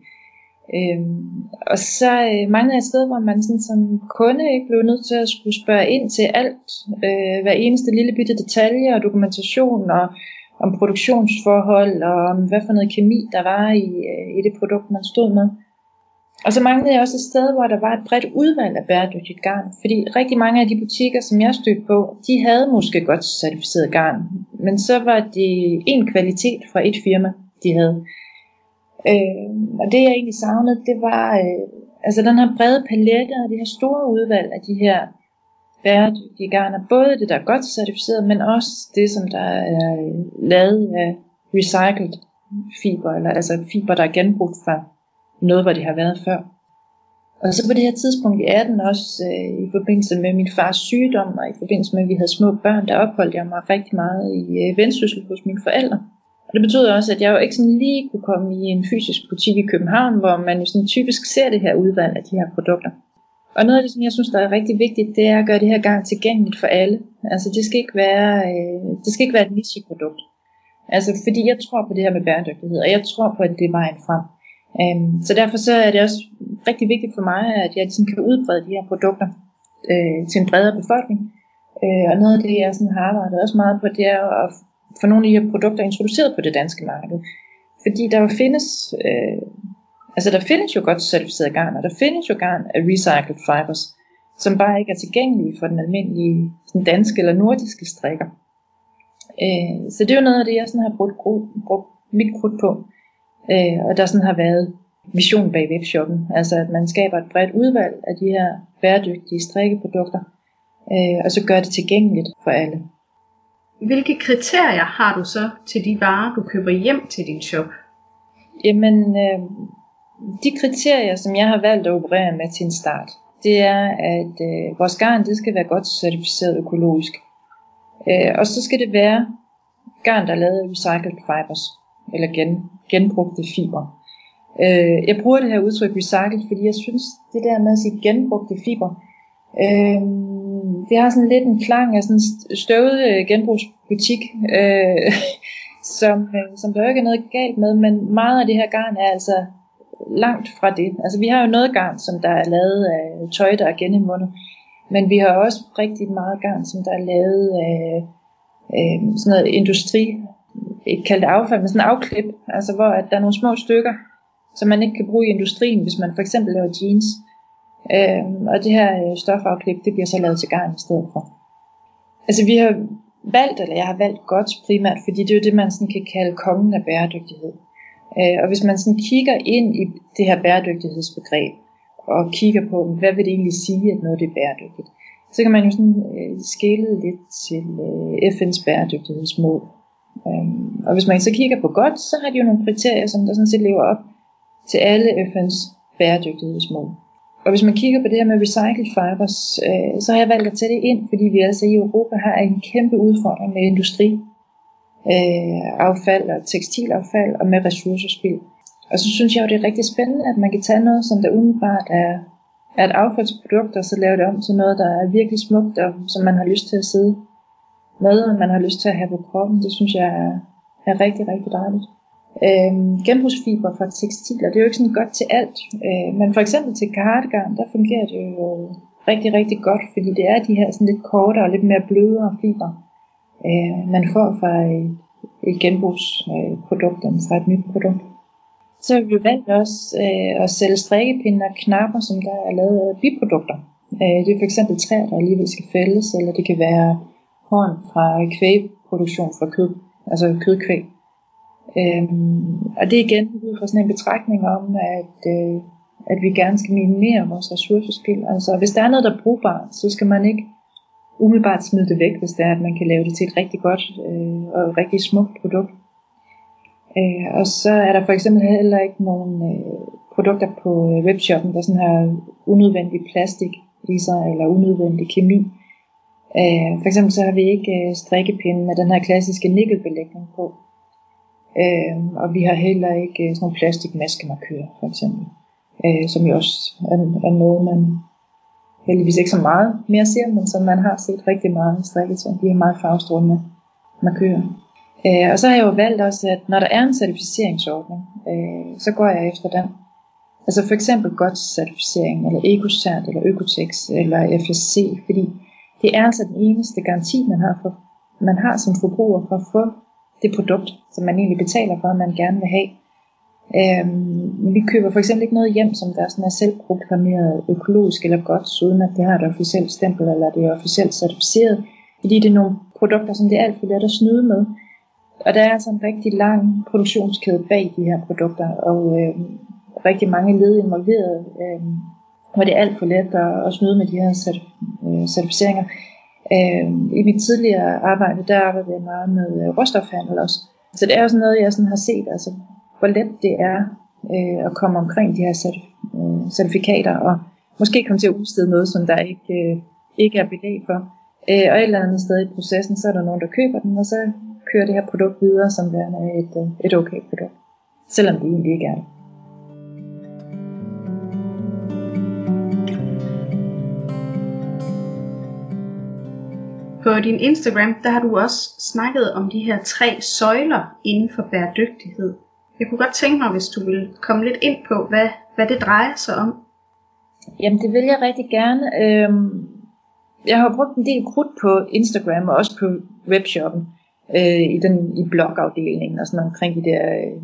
Og så manglede jeg et sted, hvor man sådan, som kunde ikke blev nødt til at skulle spørge ind til alt, hver eneste lille bitte detalje og dokumentation og om produktionsforhold og om hvad for noget kemi der var i det produkt, man stod med. Og så manglede jeg også et sted, hvor der var et bredt udvalg af bæredygtigt garn, fordi rigtig mange af de butikker, som jeg stødte på, de havde måske godt certificeret garn, men så var det en kvalitet fra et firma, de havde. Og det jeg egentlig savnede, det var altså den her brede palette og det her store udvalg af de her bæredygtige garner, både det der er godt certificeret, men også det som der er lavet af recycled fiber, eller altså fiber der er genbrugt fra noget hvor det har været før. Og så på det her tidspunkt i 18 også i forbindelse med min fars sygdom og i forbindelse med at vi havde små børn, der opholdt jeg mig rigtig meget i Vendsyssel hos mine forældre. Og det betød også, at jeg jo ikke sådan lige kunne komme i en fysisk butik i København, hvor man jo sådan typisk ser det her udvalg af de her produkter. Og noget af det, som jeg synes, der er rigtig vigtigt, det er at gøre det her garn tilgængeligt for alle. Altså det skal ikke være et nicheprodukt. Altså fordi jeg tror på det her med bæredygtighed, og jeg tror på, at det er vejen frem. Så derfor så er det også rigtig vigtigt for mig, at jeg ligesom kan udbrede de her produkter til en bredere befolkning. Og noget af det, jeg sådan har arbejdet også meget på, det er at få nogle af de her produkter introduceret på det danske marked. Fordi der jo findes jo godt certificeret garn, og der findes jo garn af recycled fibers, som bare ikke er tilgængelige for den almindelige sådan danske eller nordiske strikker. Så det er jo noget af det, jeg sådan har brugt mit krudt på. Og der sådan har været vision bag webshoppen, altså at man skaber et bredt udvalg af de her bæredygtige strikkeprodukter, og så gør det tilgængeligt for alle. Hvilke kriterier har du så til de varer, du køber hjem til din shop? Jamen, de kriterier, som jeg har valgt at operere med til en start, det er, at vores garn, det skal være godt certificeret økologisk. Og så skal det være garn, der er lavet af recycled fibers, eller genbrugte fiber. Jeg bruger det her udtryk recycled, fordi jeg synes, det der med at sige genbrugte fiber, det har sådan lidt en klang af sådan en støvet genbrugsbutik, som der jo ikke er noget galt med, men meget af det her garn er altså langt fra det. Altså vi har jo noget garn, som der er lavet af tøj, der er genindvundet, men vi har også rigtig meget garn, som der er lavet af sådan noget industri, ikke kaldt affald, men sådan afklip, altså hvor at der er nogle små stykker, som man ikke kan bruge i industrien, hvis man for eksempel laver jeans. Og det her stofafklip, det bliver så lavet til garn i stedet for. Altså vi har valgt, eller jeg har valgt godt primært, fordi det er jo det, man sådan kan kalde kongen af bæredygtighed. Og hvis man sådan kigger ind i det her bæredygtighedsbegreb, og kigger på, hvad vil det egentlig sige, at noget det er bæredygtigt, så kan man jo sådan skele lidt til FN's bæredygtighedsmål. Og hvis man så kigger på godt, så har de jo nogle kriterier, som der sådan set lever op til alle FN's bæredygtighedsmål. Og hvis man kigger på det her med recycled fibers, så har jeg valgt at tage det ind, fordi vi altså i Europa har en kæmpe udfordring med industriaffald og tekstilaffald og med ressourcespild. Og så synes jeg jo, det er rigtig spændende, at man kan tage noget, som der umiddelbart er et affaldsprodukt, og så lave det om til noget, der er virkelig smukt, og som man har lyst til at sidde med, og man har lyst til at have på kroppen. Det synes jeg er rigtig, rigtig dejligt. Genbrugsfiber fra tekstiler, det er jo ikke sådan godt til alt, men for eksempel til cardigan, der fungerer det jo rigtig, rigtig godt, fordi det er de her sådan lidt kortere og lidt mere blødere fiber, man får fra et genbrugsprodukt end fra et nyt produkt. Så har vi valgt også at sælge strikkepinde og knapper, som der er lavet af biprodukter. Det er for eksempel træer, der alligevel skal fældes, eller det kan være horn fra kvægproduktion fra kød, altså kødkvæg. Og det er igen ud fra sådan en betragtning om, at vi gerne skal minimere vores ressourcespild. Altså hvis der er noget, der er brugbart, så skal man ikke umiddelbart smide det væk, hvis det er, at man kan lave det til et rigtig godt og et rigtig smukt produkt. Og så er der for eksempel heller ikke nogen produkter på webshoppen, der sådan har unødvendig plastik i sig, eller unødvendig kemi. For eksempel så har vi ikke strikkepinde med den her klassiske nikkelbelægning på. Og vi har heller ikke sådan nogle plastikmaskemarkører, for eksempel. Som jo også er noget, man heldigvis ikke så meget mere ser, men som man har set rigtig meget i strikketøj. De har meget farvestrålende markører. Og så har jeg jo valgt også, at når der er en certificeringsordning, så går jeg efter den. Altså for eksempel GOTS-certificering, eller EcoCert, eller Økotex, eller FSC, fordi det er altså den eneste garanti, man har som forbruger for at få det produkt, som man egentlig betaler for, at man gerne vil have. Vi køber for eksempel ikke noget hjem, som der sådan er selvproklammeret økologisk eller godt, uden at det har et officielt stempel, eller det er officielt certificeret, fordi det er nogle produkter, som det er alt for let at snyde med. Og der er altså en rigtig lang produktionskæde bag de her produkter, og rigtig mange led involveret, hvor det er alt for let at snyde med de her certificeringer. I mit tidligere arbejde, der arbejdede jeg meget med råstofhandel også. Så det er jo sådan noget, jeg sådan har set, altså hvor let det er at komme omkring de her certifikater, og måske komme til at udstede noget, som der ikke er belæg for. Og et eller andet sted i processen, så er der nogen, der køber den, og så kører det her produkt videre, som det er et okay produkt. Selvom det egentlig ikke er det. På din Instagram, der har du også snakket om de her 3 søjler inden for bæredygtighed. Jeg kunne godt tænke mig, hvis du ville komme lidt ind på, hvad det drejer sig om. Jamen det vil jeg rigtig gerne. Jeg har brugt en del krudt på Instagram og også på webshoppen i blogafdelingen og sådan omkring de der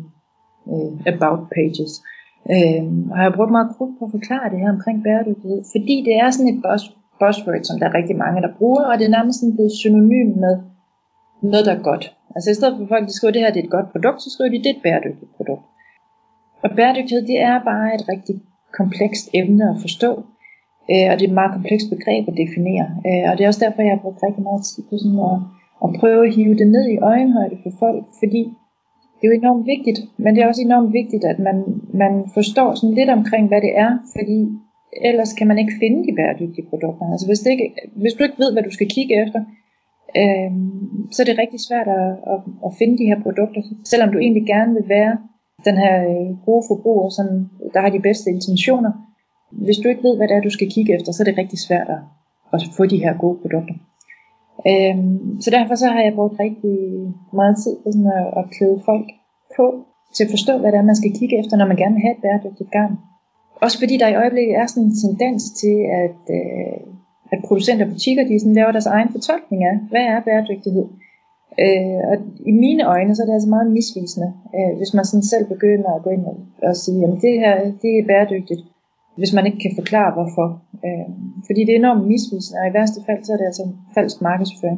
about pages. Og jeg har brugt meget krudt på at forklare det her omkring bæredygtighed, fordi det er sådan et buzzword, som der er rigtig mange, der bruger, og det er nærmest sådan blevet synonym med noget, der er godt. Altså i stedet for folk, de skriver, det her det er et godt produkt, så skriver de, det er et bæredygtigt produkt. Og bæredygtighed, det er bare et rigtig komplekst emne at forstå, og det er et meget komplekst begreb at definere. Og det er også derfor, jeg har brugt rigtig meget tid på sådan at prøve at hive det ned i øjenhøjde for folk, fordi det er jo enormt vigtigt, men det er også enormt vigtigt, at man forstår sådan lidt omkring, hvad det er, fordi ellers kan man ikke finde de bæredygtige produkter. Altså hvis du ikke ved, hvad du skal kigge efter, så er det rigtig svært at finde de her produkter, selvom du egentlig gerne vil være den her gode forbruger, som der har de bedste intentioner. Hvis du ikke ved, hvad det er, du skal kigge efter, så er det rigtig svært at få de her gode produkter. Så derfor så har jeg brugt rigtig meget tid på sådan at klæde folk på til at forstå, hvad det er, man skal kigge efter, når man gerne vil have et bæredygtigt garn. Også fordi der i øjeblikket er sådan en tendens til, at producenter og butikker, de sådan laver deres egen fortolkning af, hvad er bæredygtighed. Og i mine øjne, så er det altså meget misvisende, hvis man sådan selv begynder at gå ind og sige, at det her det er bæredygtigt, hvis man ikke kan forklare hvorfor. Fordi det er enormt misvisende, og i værste fald, så er det altså falsk markedsføring.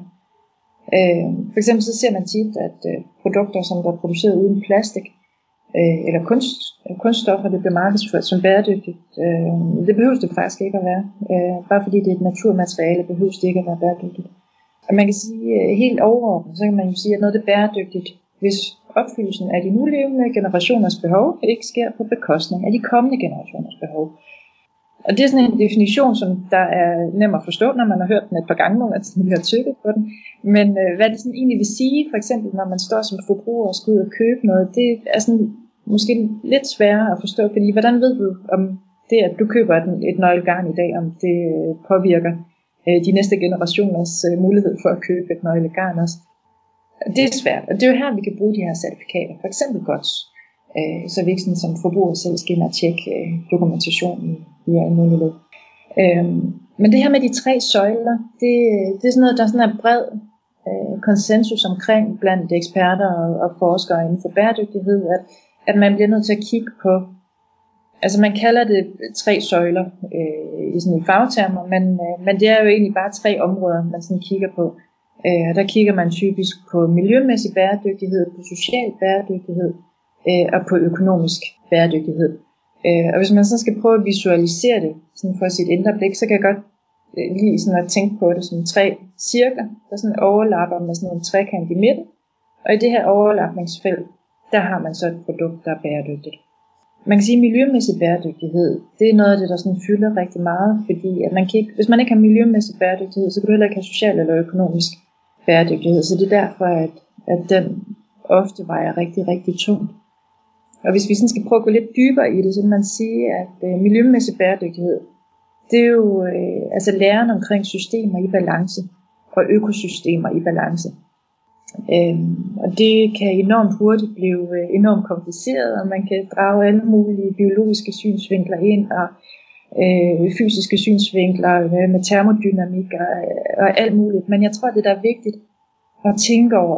For eksempel så ser man tit, at produkter, som der er produceret uden plastik, eller kunststoffer, det bliver markedsført som bæredygtigt. Det behøver det faktisk ikke at være. Bare fordi det er et naturmateriale, behøver det ikke at være bæredygtigt. Og man kan sige, helt overordnet, så kan man jo sige, at noget er bæredygtigt, hvis opfyldelsen af de nulevende generationers behov ikke sker på bekostning af de kommende generationers behov. Og det er sådan en definition, som der er nem at forstå, når man har hørt den et par gange, når man har tykket på den. Men hvad det sådan egentlig vil sige, for eksempel når man står som forbruger og skal ud og købe noget, det er sådan måske lidt sværere at forstå, fordi hvordan ved du, om det, at du køber et nøglegarn i dag, om det påvirker de næste generationers mulighed for at købe et nøglegarn også. Det er svært, og det er jo her, vi kan bruge de her certifikater, for eksempel GOTS, så vi ikke sådan, som forbruger selv skal ind og tjekke dokumentationen i alle mulige led. Men det her med de 3 søjler, det er sådan noget, der sådan er bred konsensus omkring blandt eksperter og forskere inden for bæredygtighed, at man bliver nødt til at kigge på, altså man kalder det 3 søjler i fagtermer, men det er jo egentlig bare 3 områder, man sådan kigger på. Og der kigger man typisk på miljømæssig bæredygtighed, på social bæredygtighed og på økonomisk bæredygtighed. Og hvis man så skal prøve at visualisere det sådan for sit indre blik, så kan jeg godt lide sådan at tænke på det som 3 cirkler, der sådan overlapper med sådan en trekant i midten. Og i det her overlapningsfelt, der har man så et produkt, der er bæredygtigt. Man kan sige, at miljømæssig bæredygtighed, det er noget af det, der sådan fylder rigtig meget, fordi at man kan ikke, hvis man ikke har miljømæssig bæredygtighed, så kan du heller ikke have social eller økonomisk bæredygtighed. Så det er derfor, at den ofte vejer rigtig, rigtig tungt. Og hvis vi sådan skal prøve at gå lidt dybere i det, så kan man sige, at miljømæssig bæredygtighed, det er jo altså læren omkring systemer i balance og økosystemer i balance. Og det kan enormt hurtigt blive enormt kompliceret, og man kan drage alle mulige biologiske synsvinkler ind, og fysiske synsvinkler med termodynamik og alt muligt. Men jeg tror, det der er vigtigt at tænke over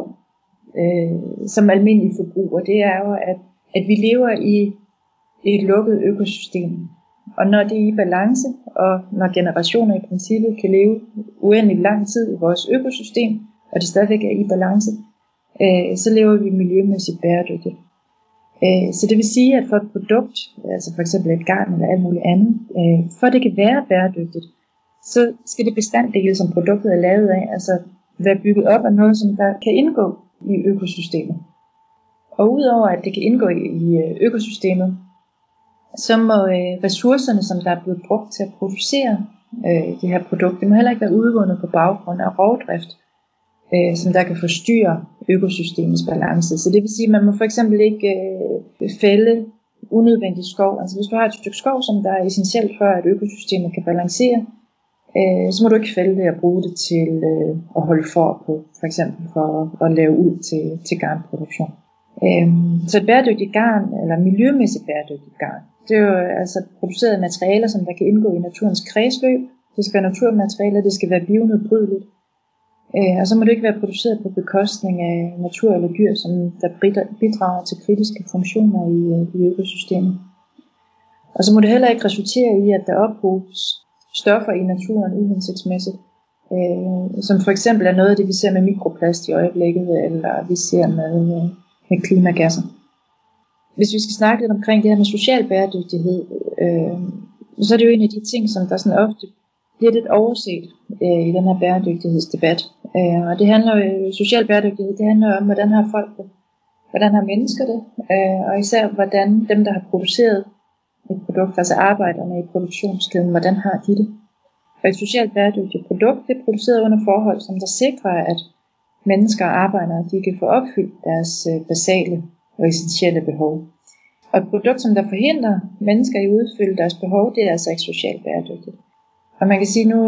som almindelige forbruger, det er jo, at vi lever i et lukket økosystem. Og når det er i balance, og når generationer i princippet kan leve uendelig lang tid i vores økosystem, og det stadigvæk er i balance, så lever vi miljømæssigt bæredygtigt. Så det vil sige, at for et produkt, altså for eksempel et garn eller alt muligt andet, for at det kan være bæredygtigt, så skal det bestanddele, som produktet er lavet af, altså være bygget op af noget, som der kan indgå i økosystemet. Og udover at det kan indgå i økosystemet, så må ressourcerne, som der er blevet brugt til at producere det her produkt, det må heller ikke være udvundet på baggrund af rovdrift, som der kan forstyrre økosystemets balance. Så det vil sige, at man må for eksempel ikke fælde unødvendig skov. Altså hvis du har et stykke skov, som der er essentielt for, at økosystemet kan balancere, så må du ikke fælde det og bruge det til at holde på, for eksempel for at lave ud til garnproduktion. Så et bæredygtigt garn, eller miljømæssigt bæredygtigt garn, det er jo altså produceret materialer, som der kan indgå i naturens kredsløb. Det skal være naturmaterialer, det skal være bionedbrydeligt. Og så må det ikke være produceret på bekostning af natur eller dyr, som der bidrager til kritiske funktioner i økosystemet. Og så må det heller ikke resultere i, at der ophobes stoffer i naturen uhensigtsmæssigt, som for eksempel er noget af det, vi ser med mikroplast i øjeblikket, eller vi ser med klimagasser. Hvis vi skal snakke lidt omkring det her med social bæredygtighed, så er det jo en af de ting, som der sådan ofte bliver lidt overset i den her bæredygtighedsdebat. Og det handler jo, social bæredygtighed, det handler om, hvordan har folk det, hvordan har mennesker det, og især hvordan dem, der har produceret et produkt, altså arbejderne i produktionskæden, hvordan har de det. Og et socialt bæredygtigt produkt, det er produceret under forhold, som der sikrer, at mennesker og arbejdere, de kan få opfyldt deres basale og essentielle behov. Og et produkt, som der forhindrer mennesker i at udfylde deres behov, det er altså ikke socialt bæredygtigt. Og man kan sige nu,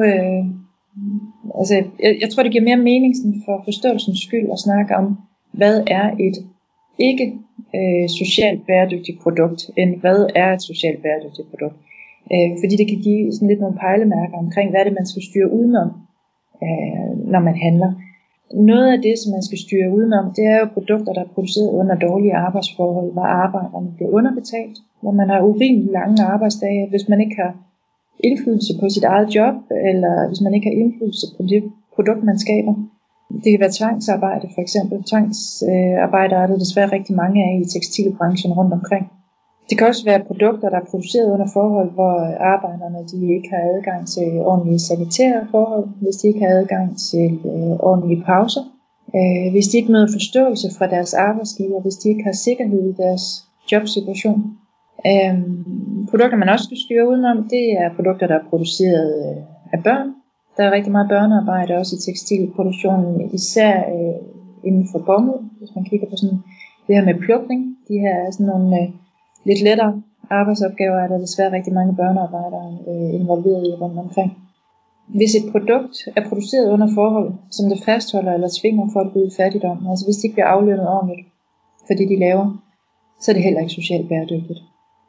altså jeg tror det giver mere mening for forståelsens skyld at snakke om, hvad er et ikke socialt bæredygtigt produkt, end hvad er et socialt bæredygtigt produkt. Fordi det kan give sådan lidt nogle pejlemærker omkring, hvad det man skal styre udenom, når man handler. Noget af det, som man skal styre udenom, det er jo produkter, der er produceret under dårlige arbejdsforhold, hvor arbejderne bliver underbetalt, hvor man har urimelig lange arbejdsdage, hvis man ikke har indflydelse på sit eget job, eller hvis man ikke har indflydelse på det produkt, man skaber. Det kan være tvangsarbejde for eksempel. Tvangsarbejde er der desværre rigtig mange af i tekstilbranchen rundt omkring. Det kan også være produkter, der er produceret under forhold, hvor arbejderne de ikke har adgang til ordentlige sanitære forhold, hvis de ikke har adgang til ordentlige pauser, hvis de ikke møder forståelse fra deres arbejdsgiver, hvis de ikke har sikkerhed i deres jobsituation. Produkter, man også skal styre udenom, det er produkter, der er produceret af børn. Der er rigtig meget børnearbejde også i tekstilproduktionen, især inden for bomuld, hvis man kigger på sådan det her med plukning. De her er sådan nogle lidt lettere arbejdsopgaver, er der desværre rigtig mange børnearbejdere involveret i rundt omkring. Hvis et produkt er produceret under forhold, som det fastholder eller tvinger folk ud i fattigdom, altså hvis de ikke bliver aflønnet ordentligt for det, de laver, så er det heller ikke socialt bæredygtigt.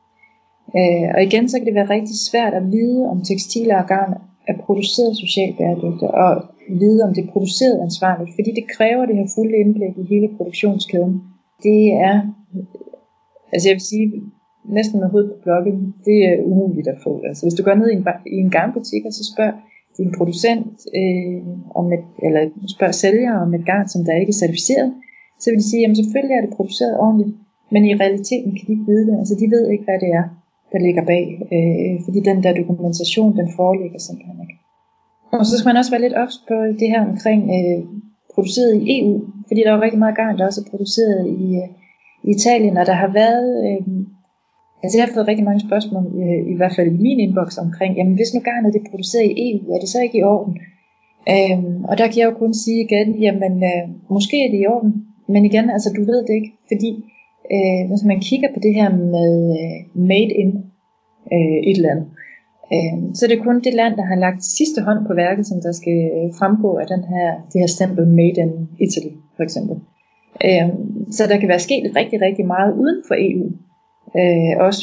Og igen, så kan det være rigtig svært at vide, om tekstiler og garn er produceret socialt bæredygtigt, og vide, om det er produceret ansvarligt, fordi det kræver det her fulde indblik i hele produktionskæden. Det er, altså jeg vil sige, næsten med hovedet på blokken, det er umuligt at få. Altså hvis du går ned i en garnbutik og så spørger din producent eller spørger sælger om et garn, som der ikke er certificeret, så vil de sige, jamen selvfølgelig er det produceret ordentligt, men i realiteten kan de ikke vide det. Altså de ved ikke, hvad det er, der ligger bag, fordi den der dokumentation, den foreligger simpelthen ikke. Og så skal man også være lidt ops på det her omkring produceret i EU, fordi der er jo rigtig meget garn, der også er produceret i Italien, og der har været, altså jeg har fået rigtig mange spørgsmål, i hvert fald i min inbox omkring, jamen hvis nu garnet det er produceret i EU, er det så ikke i orden? Og der kan jeg jo kun sige igen, jamen måske er det i orden, men igen, altså du ved det ikke, fordi hvis man kigger på det her med made in et eller andet, så er det kun det land, der har lagt sidste hånd på værket, som der skal fremgå af det her stempel made in Italy, for eksempel. Så der kan være sket rigtig, rigtig meget uden for EU, også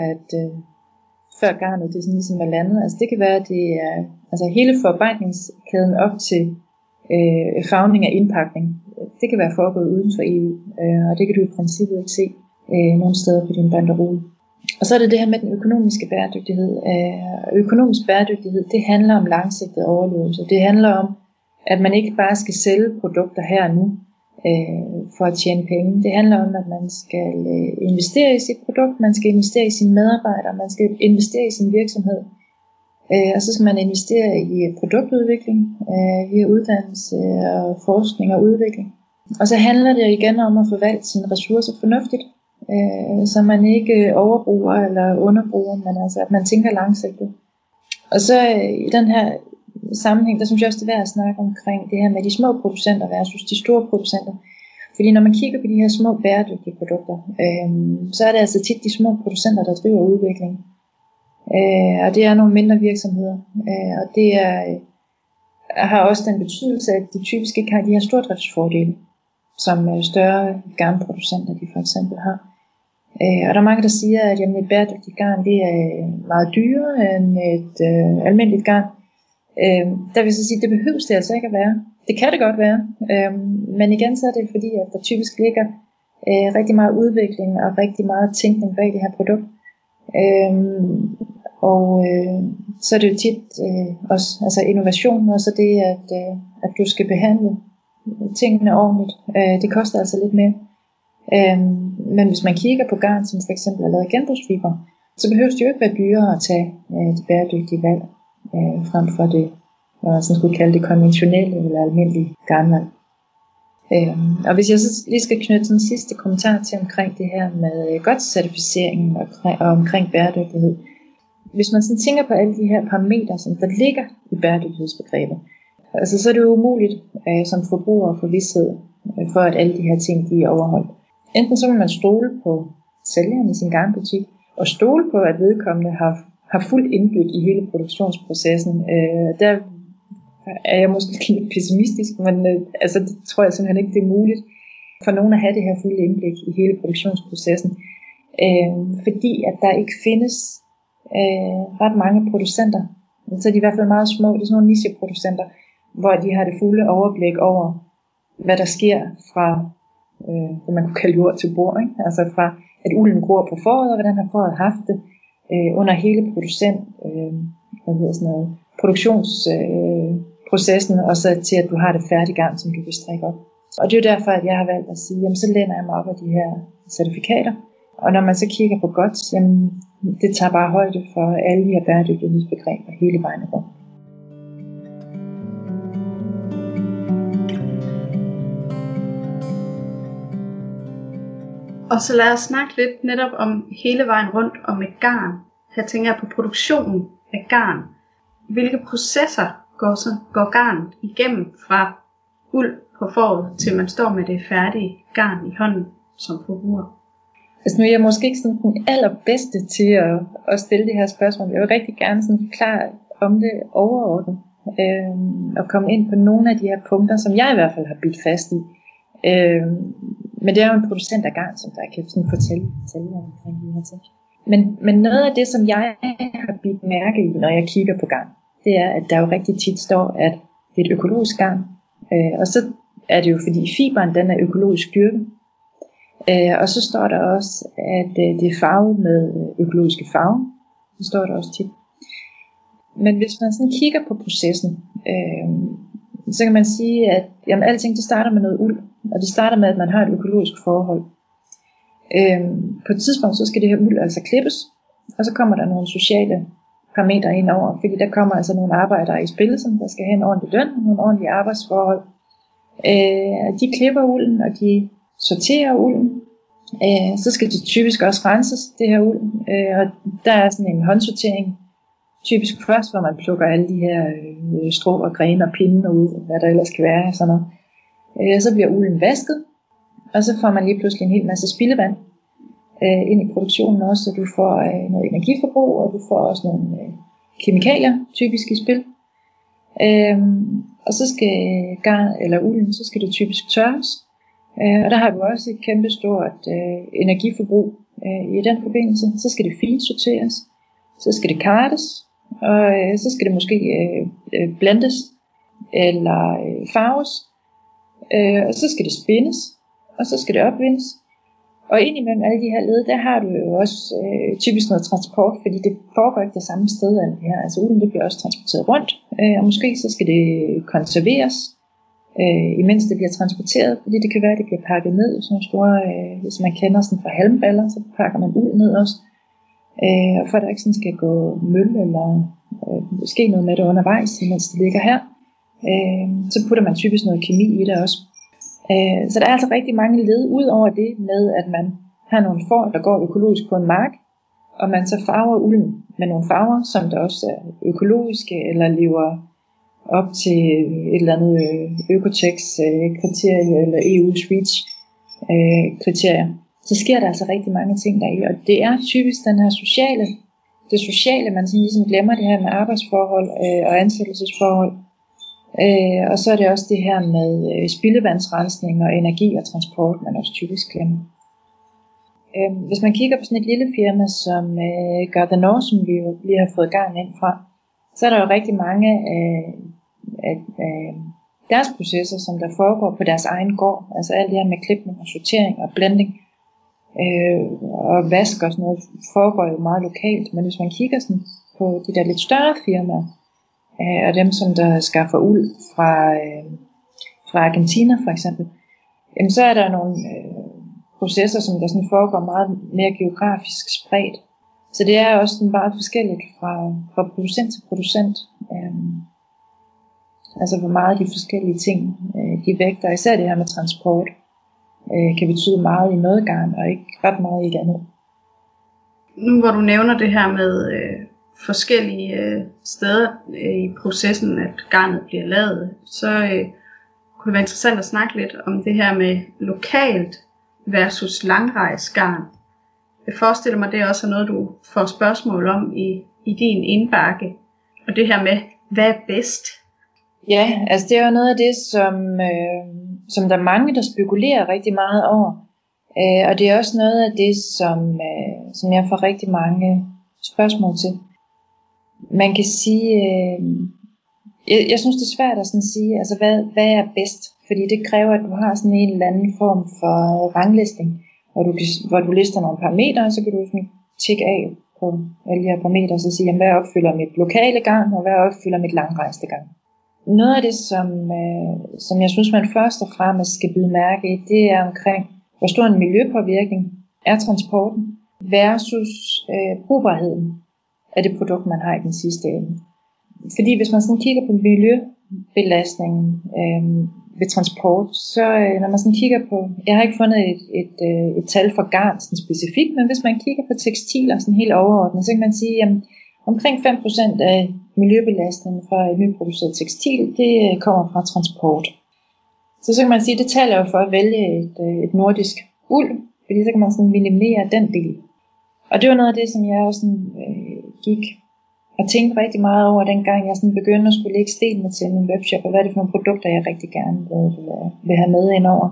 før garnet det sådan ligesom er landet. Altså det kan være, at det er altså hele forarbejdningskæden op til farvning og indpakning. Det kan være foregået uden for EU, og det kan du i princippet ikke se nogen steder på din banderole. Og så er det det her med den økonomiske bæredygtighed. Økonomisk bæredygtighed, det handler om langsigtet overlevelse. Det handler om, at man ikke bare skal sælge produkter her og nu for at tjene penge. Det handler om, at man skal investere i sit produkt, man skal investere i sine medarbejdere, man skal investere i sin virksomhed. Og så skal man investere i produktudvikling, via uddannelse og forskning og udvikling. Og så handler det igen om at forvalte sine ressourcer fornuftigt, så man ikke overbruger eller underbruger, men altså at man tænker langsigtet. Og så i den her sammenhæng, der synes jeg også, det er værd at snakke omkring det her med de små producenter versus de store producenter. Fordi når man kigger på de her små bæredygtige produkter, så er det altså tit de små producenter, der driver udvikling. Og det er nogle mindre virksomheder. Og det har også den betydelse, at de typisk ikke har de her stordriftsfordele, som større garnproducenter de for eksempel har. Og der er mange, der siger, at jamen, et bæredygtigt garn det er meget dyrere end et almindeligt garn. Der vil så sige, at det behøves det altså ikke at være. Det kan det godt være, men igen så er det fordi, at der typisk ligger rigtig meget udvikling og rigtig meget tænkning bag det her produkt. Så er det jo tit også altså innovation, og så det, at du skal behandle tingene ordentligt. Det koster altså lidt mere. Men hvis man kigger på garn, som for eksempel er lavet af genbrugsfiber, så behøver det jo ikke være dyrere at tage de bæredygtige valg, frem for det, hvad man sådan skulle kalde det konventionelle eller almindelige garnvalg. Og hvis jeg så lige skal knytte sådan en sidste kommentar til omkring det her med godt certificeringen og omkring bæredygtighed. Hvis man sådan tænker på alle de her parametre, som der ligger i bæredygtighedsbegrebet, altså så er det jo umuligt som forbruger at få vished for, at alle de her ting de er overholdt. Enten så må man stole på sælgeren i sin garnbutik, og stole på, at vedkommende har fuldt indblik i hele produktionsprocessen. Der er jeg måske lidt pessimistisk, men altså, det tror jeg simpelthen ikke, det er muligt for nogen at have det her fulde indblik i hele produktionsprocessen. Fordi at der ikke findes ret mange producenter, så er de i hvert fald meget små, det er sådan nogle nicheproducenter, hvor de har det fulde overblik over, hvad der sker fra, hvad man kunne kalde jord til bord, ikke? Altså fra at ulden gror på foråret, og hvordan har foråret haft det under hele produktionsprocessen, og så til at du har det færdige garn, som du vil strikke op. Og det er jo derfor, at jeg har valgt at sige, jamen så læner jeg mig op af de her certifikater, og når man så kigger på godt, jamen det tager bare højde for alle de her bæredygtighedsbegreber hele vejen rundt. Og så lad os snakke lidt netop om hele vejen rundt om et garn. Her tænker jeg på produktionen af garn. Hvilke processer går garn igennem fra uld på fåret, til man står med det færdige garn i hånden som forbruger? Altså nu er jeg måske ikke sådan den allerbedste til at stille det her spørgsmål. Jeg vil rigtig gerne sådan forklare om det overordnet. Og komme ind på nogle af de her punkter, som jeg i hvert fald har bidt fast i. Men det er jo en producent af garn, som der kan sådan fortælle omkring de her ting. Men noget af det, som jeg har bidt mærke i, når jeg kigger på garn, det er, at der jo rigtig tit står, at det er et økologisk garn. Og så er det jo, fordi fiberen den er økologisk dyrket. Og så står der også, at det er farvet med økologiske farver. Det står der også tit. Men hvis man sådan kigger på processen, så kan man sige, at jamen, alting det starter med noget uld, og det starter med, at man har et økologisk forhold. På et tidspunkt, så skal det her uld altså klippes, og så kommer der nogle sociale parametre ind over, fordi der kommer altså nogle arbejdere i spil, som der skal have en ordentlig løn, nogle ordentlige arbejdsforhold. De klipper ulden, og de sorterer ulden. Så skal det typisk også renses, det her uld, og der er sådan en håndsortering, typisk først, hvor man plukker alle de her strå og grene og pinde ud, hvad der ellers kan være, sådan noget. Så bliver ulden vasket, og så får man lige pludselig en hel masse spildevand ind i produktionen også, så du får noget energiforbrug, og du får også nogle kemikalier, typisk i spil. Og så skal garn eller ulden, så skal det typisk tørres. Og der har du også et kæmpe stort energiforbrug i den forbindelse. Så skal det finsorteres, så skal det kartes, og så skal det måske blandes eller farves, og så skal det spindes, og så skal det opvindes. Og indimellem alle de her led, der har du jo også typisk noget transport, fordi det foregår ikke det samme sted alt det her. Altså ulden det bliver også transporteret rundt, og måske så skal det konserveres, imens det bliver transporteret, fordi det kan være, at det bliver pakket ned i sådan nogle store, hvis man kender sådan fra halmballer, så pakker man uld ned også, og for at der ikke sådan skal gå møl eller ske noget med det undervejs, mens det ligger her, så putter man typisk noget kemi i det også. Så der er altså rigtig mange led ud over det med, at man har nogle får, der går økologisk på en mark, og man så farver ulden med nogle farver, som der også er økologiske eller lever op til et eller andet Økotex-kriterie eller EU's REACH-kriterier. Så sker der altså rigtig mange ting deri, og det er typisk den her det sociale, man sådan ligesom glemmer det her med arbejdsforhold og ansættelsesforhold. Og så er det også det her med spildevandsrensning og energi og transport, man også typisk glemmer. Hvis man kigger på sådan et lille firma som Gare du Nord, som vi jo lige har fået gang ind fra, så er der jo rigtig mange af deres processer, som der foregår på deres egen gård. Altså alt det her med klipning og sortering og blending og vask og sådan noget foregår jo meget lokalt. Men hvis man kigger sådan på de der lidt større firmaer, og dem som der skaffer uld fra Argentina for eksempel, jamen så er der nogle processer, som der sådan foregår meget mere geografisk spredt. Så det er også sådan meget forskelligt fra producent til producent. Altså hvor meget de forskellige ting de vægter, især det her med transport, kan betyde meget i noget garn og ikke ret meget i et andet. Nu hvor du nævner det her med forskellige steder i processen, at garnet bliver lavet, så kunne det være interessant at snakke lidt om det her med lokalt versus langrejsgarn. Jeg forestiller mig, det er også noget, du får spørgsmål om i din indbakke. Og det her med, hvad er bedst? Ja, altså det er jo noget af det, som der er mange, der spekulerer rigtig meget over. Og det er også noget af det, som jeg får rigtig mange spørgsmål til. Man kan sige, jeg synes det er svært at sådan sige, altså hvad er bedst? Fordi det kræver, at du har sådan en eller anden form for ranglistning, hvor du lister nogle parametre, og så kan du sådan tjekke af på alle de her parametre, og så sige, jamen, hvad opfylder mit lokale garn, og hvad opfylder mit langrejste garn. Noget af det, som jeg synes, man først og fremmest skal bide mærke i, det er omkring, hvor stor en miljøpåvirkning er transporten versus brugbarheden af det produkt, man har i den sidste ende. Fordi hvis man sådan kigger på miljøbelastningen ved transport, så når man sådan kigger på, jeg har ikke fundet et tal for garn sådan specifikt, men hvis man kigger på tekstiler sådan helt overordnet, så kan man sige, at omkring 5% af miljøbelastningen fra et nyproduceret tekstil, det kommer fra transport. Så kan man sige, at det taler jo for at vælge et nordisk uld, fordi så kan man sådan minimere den del. Og det var noget af det, som jeg også sådan, gik og tænkte rigtig meget over, dengang jeg sådan begyndte at skulle lægge stenene til min webshop, og hvad er det for nogle produkter, jeg rigtig gerne vil have med ind over.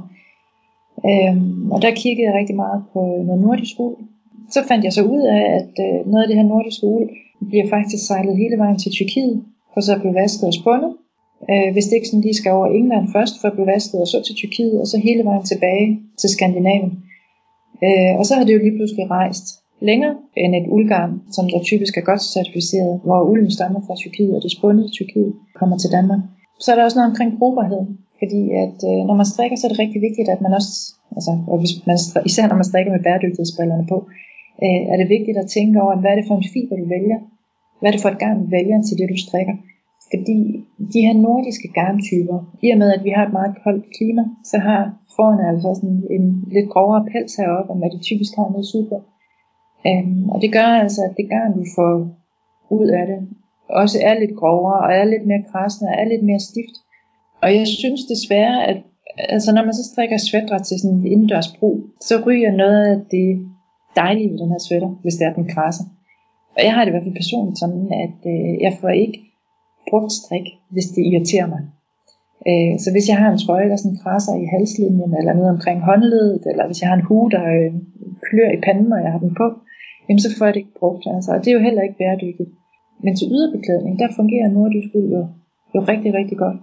Og der kiggede jeg rigtig meget på noget nordisk uld. Så fandt jeg så ud af, at noget af det her nordiske uld bliver faktisk sejlet hele vejen til Tyrkiet, for så at blive vasket og spundet. Hvis det ikke sådan lige skal over England først, for at blive vasket, og så til Tyrkiet, og så hele vejen tilbage til Skandinavien. Og så har det jo lige pludselig rejst længere end et uldgarn, som der typisk er godt certificeret, hvor ulden stammer fra Tyrkiet, og det spundet i Tyrkiet kommer til Danmark. Så er der også noget omkring brugbarhed, fordi at når man strikker, så er det rigtig vigtigt, at man også, altså, og hvis man, især når man strikker med bæredygtighedsbrillerne på, er det vigtigt at tænke over, hvad er det for en fiber, du vælger? Hvad er det for et garn, du vælger til det, du strikker? Fordi de her nordiske garntyper, i og med at vi har et meget koldt klima, så har fårene altså sådan en lidt grovere pels heroppe, end hvad de typisk har nede sydpå. Og det gør altså, at det garn, du får ud af det, også er lidt grovere, og er lidt mere kradsende, og er lidt mere stift. Og jeg synes desværre, at altså, når man så strikker sweater til sådan en indendørs brug, så ryger noget af det dejlige ved den her sweater, hvis det er, den krasser. Og jeg har det i hvert fald personligt sådan, at jeg får ikke brugt strik, hvis det irriterer mig. Så hvis jeg har en trøje, der sådan krasser i halslinjen, eller noget omkring håndledet, eller hvis jeg har en hue, der klør i panden, når jeg har den på, jamen så får jeg det ikke brugt. Altså. Og det er jo heller ikke bæredygtigt. Men til yderbeklædning, der fungerer nordisk uld jo rigtig, rigtig godt.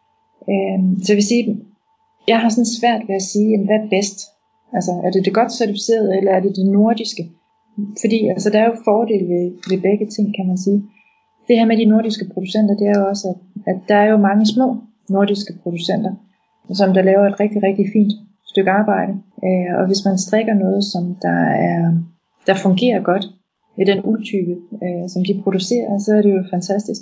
Så jeg vil sige, jeg har sådan svært ved at sige, hvad er bedst? Altså, er det godt certificeret, eller er det nordiske? Fordi altså, der er jo fordele ved begge ting, kan man sige. Det her med de nordiske producenter, det er jo også, at der er jo mange små nordiske producenter, som der laver et rigtig, rigtig fint stykke arbejde. Og hvis man strikker noget, som der fungerer godt ved den uldtype, som de producerer, så er det jo fantastisk.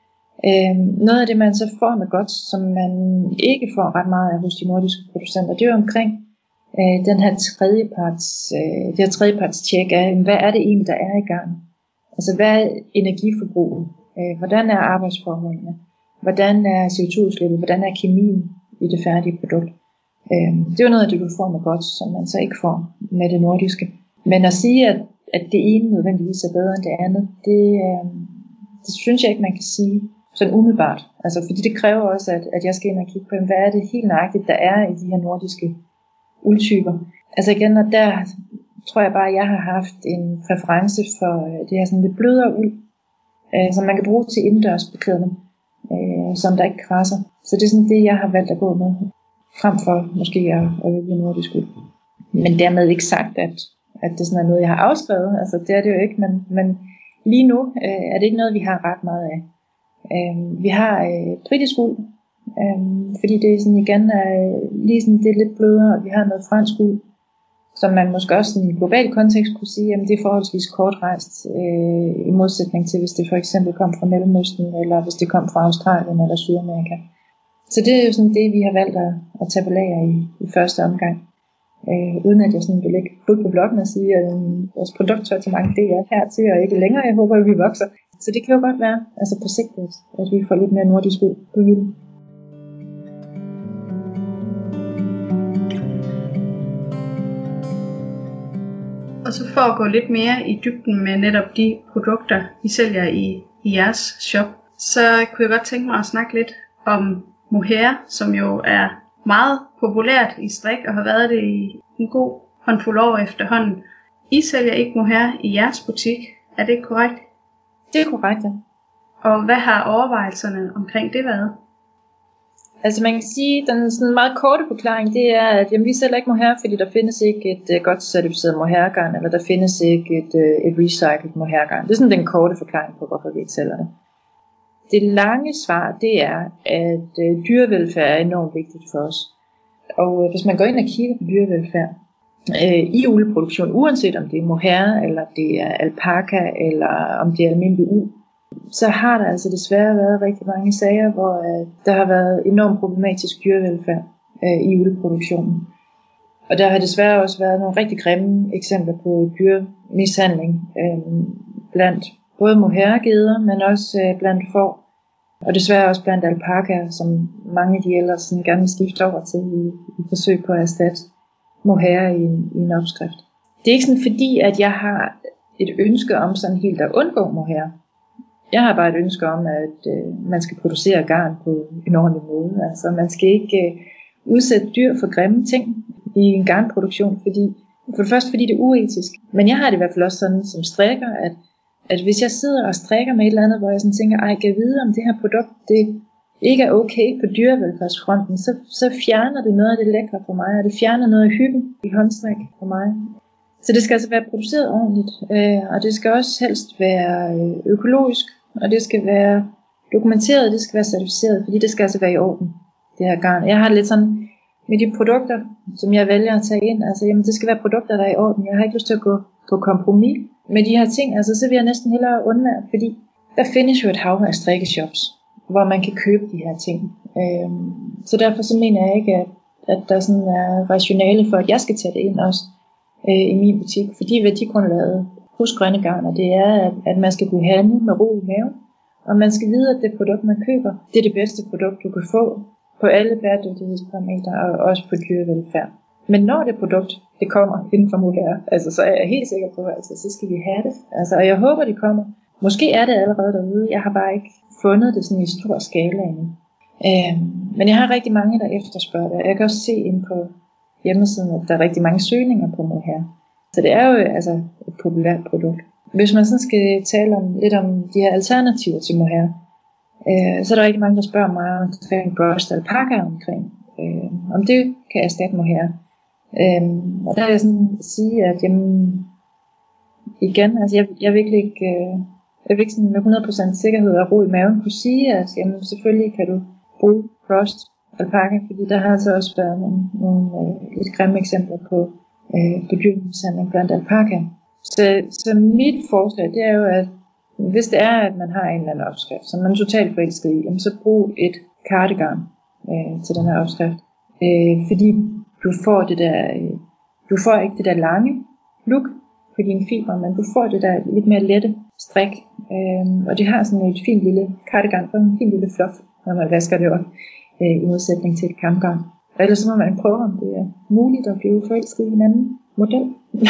Noget af det, man så får med godt, som man ikke får ret meget af hos de nordiske producenter, det er jo omkring den her tredjeparts tjek af, hvad er det egentlig, der er i gang? Altså, hvad er energiforbruget? Hvordan er arbejdsforholdene? Hvordan er CO2-udslippet? Hvordan er kemien i det færdige produkt? Det er jo noget af det, du får med godt, som man så ikke får med det nordiske. Men at sige, at det ene nødvendigvis er bedre end det andet, det synes jeg ikke, man kan sige sådan umiddelbart. Altså, fordi det kræver også, at jeg skal ind og kigge på, hvad er det helt nøjagtigt, der er i de her nordiske uldtyper. Altså igen, og der tror jeg bare, at jeg har haft en præference for det her sådan lidt blødere uld, som man kan bruge til indendørs beklædning, som der ikke krasser. Så det er sådan det, jeg har valgt at gå med, frem for måske at vælge nordisk uld. Men dermed ikke sagt, at det sådan er noget, jeg har afskrevet. Altså det er det jo ikke, men lige nu er det ikke noget, vi har ret meget af. Vi har britisk uld, fordi det sådan igen er lige sådan, det er lidt blødere, og vi har noget fransk uld, som man måske også i en global kontekst kunne sige, at det er forholdsvis kortrejst, i modsætning til, hvis det for eksempel kom fra Mellemøsten, eller hvis det kom fra Australien eller Sydamerika. Så det er jo sådan det, vi har valgt at tabulere i første omgang. Uden at jeg sådan vil lægge fod på bloggen og sige, at vores produktsortiment det er hertil og ikke længere. Jeg håber, at vi vokser. Så det kan jo godt være, altså på sigt, at vi får lidt mere nordisk ud på hylden. Og så for at gå lidt mere i dybden med netop de produkter, I sælger i jeres shop, så kunne jeg godt tænke mig at snakke lidt om mohair, som jo er meget populært i strik og har været det i en god håndfuld år efterhånden. I sælger ikke mohair i jeres butik, er det korrekt? Det er korrekt, ja. Og hvad har overvejelserne omkring det været? Altså man kan sige, den sådan meget korte forklaring, det er, at vi sælger ikke mohair, fordi der findes ikke et godt certificeret mohairgarn, eller der findes ikke et recyclet mohairgarn. Det er sådan den korte forklaring på, hvorfor vi ikke sælger det. Det lange svar, det er, at dyrevelfærd er enormt vigtigt for os. Og hvis man går ind og kigger på dyrevelfærd i uldproduktion, uanset om det er mohair, eller det er alpaka, eller om det er almindelig uld, så har der altså desværre været rigtig mange sager, hvor der har været enormt problematisk dyrevelfærd i uldproduktionen. Og der har desværre også været nogle rigtig grimme eksempler på dyremishandling blandt både mohairgeder, men også blandt får. Og desværre også blandt alpakaer, som mange af de ellers sådan gerne vil skifte over til i forsøg på at erstatte mohair i en opskrift. Det er ikke sådan fordi, at jeg har et ønske om sådan helt at undgå mohair. Jeg har bare et ønske om, at man skal producere garn på en ordentlig måde. Altså man skal ikke udsætte dyr for grimme ting i en garnproduktion, for det første fordi det er uetisk. Men jeg har det i hvert fald også sådan som strikker, at hvis jeg sidder og strikker med et eller andet, hvor jeg sådan tænker, kan jeg vide om det her produkt, det ikke er okay på dyrevelfærdsfronten, så fjerner det noget af det lækre for mig, og det fjerner noget af hyggen i håndstrik for mig. Så det skal altså være produceret ordentligt, og det skal også helst være økologisk, og det skal være dokumenteret, det skal være certificeret, fordi det skal altså være i orden, det her garn. Jeg har lidt sådan med de produkter, som jeg vælger at tage ind, altså jamen, det skal være produkter, der er i orden. Jeg har ikke lyst til at gå på kompromis med de her ting, altså så vil jeg næsten hellere undvære, fordi der findes jo et hav af strikkeshops, hvor man kan købe de her ting. Så derfor så mener jeg ikke, at der sådan er rationale for, at jeg skal tage det ind også i min butik. Fordi værdigrundlaget hos Grønne Garner, det er, at man skal kunne handle med ro i maven, og man skal vide, at det produkt, man køber, det er det bedste produkt, du kan få på alle bæredygtighedsparametre og også på dyrevelfærd. Men når det produkt, det kommer inden for Mohair, altså så er jeg helt sikker på, at så skal vi have det. Altså, og jeg håber, det kommer. Måske er det allerede derude. Jeg har bare ikke fundet det sådan i stor skala endnu. Men jeg har rigtig mange, der efterspørger det. Jeg kan også se ind på hjemmesiden, at der er rigtig mange søgninger på Mohair. Så det er jo altså et populært produkt. Hvis man sådan skal tale lidt om de her alternativer til Mohair, så er der rigtig mange, der spørger mig omkring brushed alpaca om det kan erstatte Mohair. Og der vil jeg sådan sige, at igen, altså jeg vil ikke sådan med 100% sikkerhed og ro i maven kunne sige, at selvfølgelig kan du bruge brushed alpaca, fordi der har altså også været nogle lidt grimme eksempler på dyremishandling blandt alpaca. Så mit forslag, det er jo, at hvis det er, at man har en eller anden opskrift, som man er totalt forelsket i, så brug et cardigan til den her opskrift. Fordi du får det der, du får ikke det der lange look på dine fibre, men du får det der lidt mere lette strik. Og det har sådan et fint lille cardigan, for en fin lille fluff, når man vasker det op, i modsætning til et kampgarn. Og ellers så må man prøve, om det er muligt at blive forelsket i en anden model,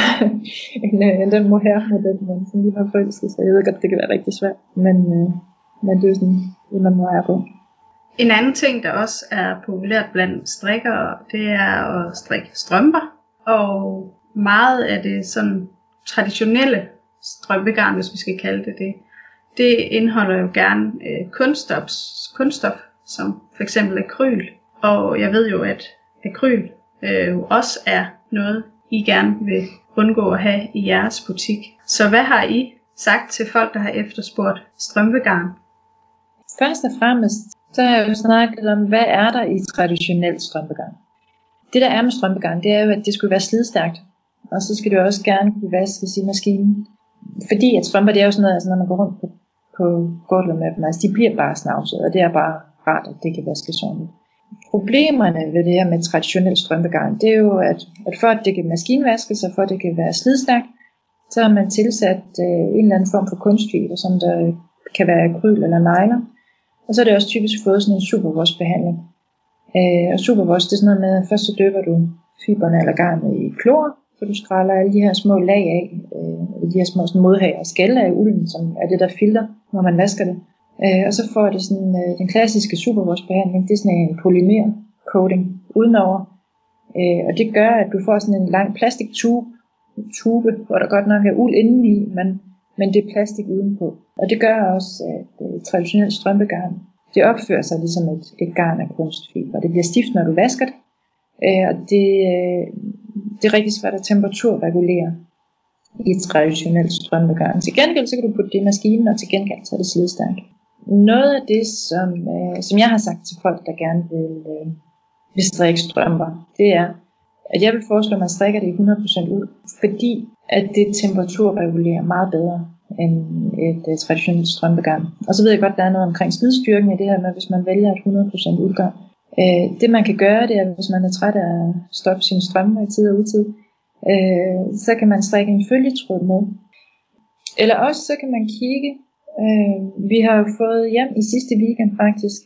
end den Mohair-model, som vi har forelsket. Så jeg ved godt, det kan være rigtig svært, men det er jo sådan, det man må være på. En anden ting, der også er populært blandt strikkere, det er at strikke strømper. Og meget af det sådan traditionelle strømpegarn, hvis vi skal kalde det, det indeholder jo gerne kunststof, som for eksempel akryl. Og jeg ved jo, at akryl også er noget, I gerne vil undgå at have i jeres butik. Så hvad har I sagt til folk, der har efterspurgt strømpegarn? Først og fremmest, så har jeg jo snakket om, hvad er der i traditionelt strømpegarn? Det der er med strømpegarn, det er jo, at det skulle være slidstærkt. Og så skal det også gerne kunne vaskes i maskinen. Fordi at strømper, det er jo sådan noget, altså når man går rundt på gulvet med dem, altså de bliver bare snavset, og det er bare rart, at det kan vaskes ordentligt. Problemerne ved det her med traditionelt strømpegarn, det er jo, at for at det kan maskinvaskes, og for at det kan være slidstærkt, så har man tilsat en eller anden form for kunstfiber, som der kan være akryl eller nylon. Og så er det også typisk fået sådan en superwash-behandling. Og superwash, det er sådan noget med, at først så døber du fiberne eller garnet i klor, så du skræller alle de her små lag af, de her små modhager og skæller af ulden, som er det, der filter, når man vasker det. Og så får det sådan den klassiske superwash-behandling, det er sådan en polymer-coating udenover. Og det gør, at du får sådan en lang plastiktube, hvor der godt nok er uld indeni, men det er plastik udenpå. Og det gør også, at traditionelt strømpegarn, det opfører sig ligesom et garn af kunstfiber. Det bliver stift, når du vasker det. Og det er rigtig svært at temperaturregulere i et traditionelt strømpegarn. Til gengæld så kan du putte det i maskinen, og til gengæld så er det slidstærkt. Noget af det, som jeg har sagt til folk, der gerne vil strikke strømper, det er, at jeg vil foreslå, at man strikker det i 100% uld, fordi at det temperaturregulerer meget bedre end et traditionelt strømpegarn. Og så ved jeg godt, at der er noget omkring slidstyrken i det her med, hvis man vælger et 100% uldgarn. Det man kan gøre, det er, hvis man er træt af at stoppe sine strømper i tid og utid, så kan man strikke en følgetråd med. Eller også så kan man kigge. Vi har jo fået hjem i sidste weekend faktisk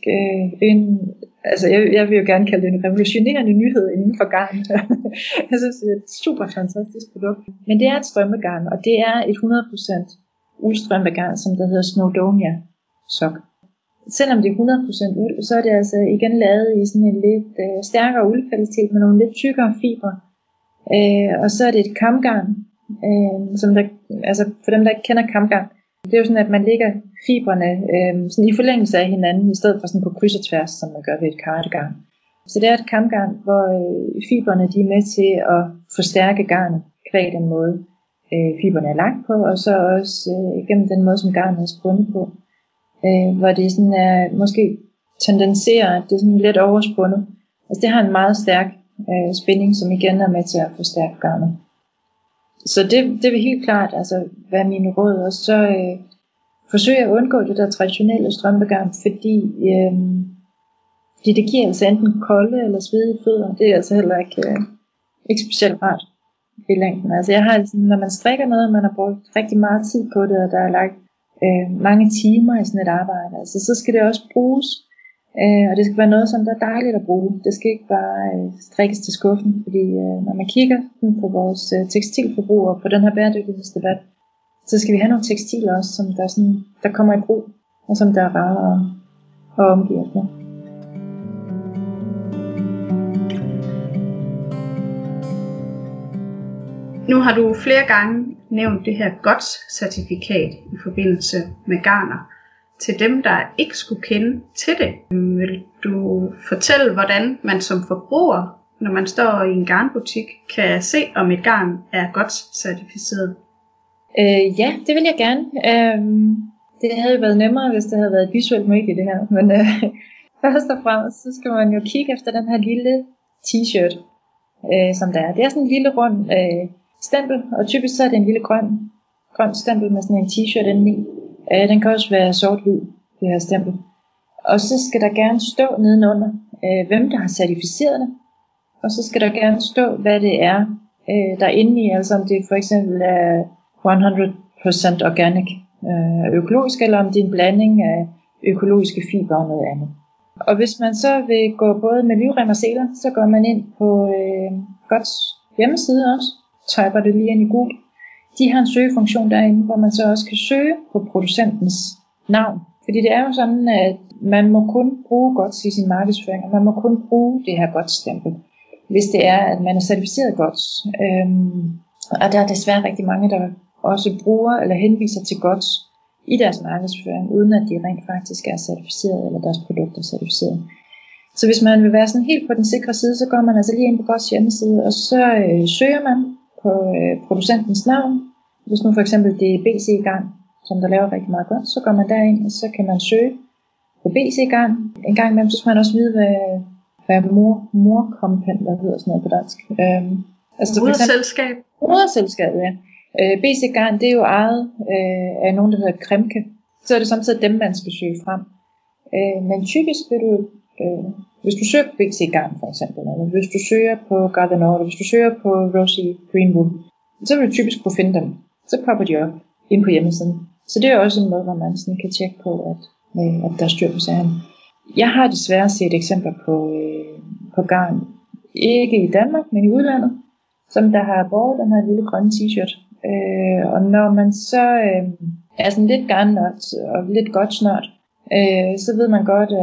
jeg vil jo gerne kalde det en revolutionerende nyhed inden for garn. Jeg synes det er et super fantastisk produkt. Men det er et strømpegarn, og det er et 100% uldstrømpegarn, som der hedder Snowdonia sok. Selvom det er 100% uld, så er det altså igen lavet i sådan en lidt stærkere uldkvalitet med nogle lidt tykkere fibre. Og så er det et kamgarn, som der, altså for dem der ikke kender kamgarn, det er jo sådan at man lægger fibrene sådan i forlængelse af hinanden, i stedet for sådan på kryds og tværs, som man gør ved et cardigan. Så det er et kamgarn, hvor fibrene de er med til at forstærke garnet, kvæg den måde fiberne er lagt på, og så også gennem den måde, som garnet er spundet på, hvor det sådan er, måske tendenserer, at det er sådan lidt overspundet. Altså det har en meget stærk spænding, som igen er med til at forstærke garnet. Så det vil helt klart altså være mine råd, og så forsøge at undgå det der traditionelle strømpegarn, fordi det giver altså enten kolde eller svedige fødder. Det er altså heller ikke specielt rart i længden. Altså jeg har sådan, når man strikker noget, man har brugt rigtig meget tid på det, og der er lagt mange timer i sådan et arbejde, altså så skal det også bruges, og det skal være noget, som der er dejligt at bruge. Det skal ikke bare strikkes til skuffen, fordi når man kigger på vores tekstilforbrug og på den her bæredygtighedsdebat, så skal vi have nogle tekstiler også, som der kommer i brug, og som der er rare at omgive os med. Nu har du flere gange nævnt det her GOTS-certifikat i forbindelse med garner. Til dem, der ikke skulle kende til det, vil du fortælle, hvordan man som forbruger, når man står i en garnbutik, kan se, om et garn er GOTS-certificeret? Ja, det vil jeg gerne. Det havde jo været nemmere, hvis det havde været et visuelt medie det her. Men først og fremmest, så skal man jo kigge efter den her lille t-shirt, som der er. Det er sådan en lille rund stempel, og typisk så er det en lille grøn stempel med sådan en t-shirt indeni. Den kan også være sort-hvid, det her stempel. Og så skal der gerne stå nedenunder, hvem der har certificeret det. Og så skal der gerne stå, hvad det er, der er inde i. Altså om det for eksempel er 100% organic, økologisk, eller om det er en blanding af økologiske fiber og noget andet. Og hvis man så vil gå både med livrem og seler, så går man ind på GOTS hjemmeside også, typer det lige ind i Google. De har en søgefunktion derinde, hvor man så også kan søge på producentens navn. Fordi det er jo sådan, at man må kun bruge GOTS i sin markedsføring, og man må kun bruge det her GOTS-stempel, hvis det er, at man er certificeret GOTS. Og der er desværre rigtig mange, der også bruger eller henviser til GOTS i deres markedsføring, uden at de rent faktisk er certificeret, eller deres produkter er certificeret. Så hvis man vil være sådan helt på den sikre side, så går man altså lige ind på GOTS hjemmeside, og så søger man på producentens navn. Hvis nu for eksempel det er BC Garn, som der laver rigtig meget godt, så går man derind, og så kan man søge på BC Garn. En gang imellem, så skal man også vide, hvad hvad hedder sådan noget på dansk. Altså moderselskab. Moderselskab, ja. BC Garn, det er jo ejet af nogen, der hedder Kremke. Så er det samtidig dem, man skal søge frem. Men typisk vil du, hvis du søger på BC Garn for eksempel, eller hvis du søger på Gardenor, eller hvis du søger på Rosie Greenwood, så vil du typisk kunne finde dem. Så popper de op ind på hjemmesiden. Så det er også en måde, hvor man sådan kan tjekke på, at der er styr på sagen. Jeg har desværre set eksempler på garn, ikke i Danmark, men i udlandet, som der har båret den her lille grønne t-shirt. Og når man så er sådan lidt garnnørd og lidt godt snørt, så ved man godt,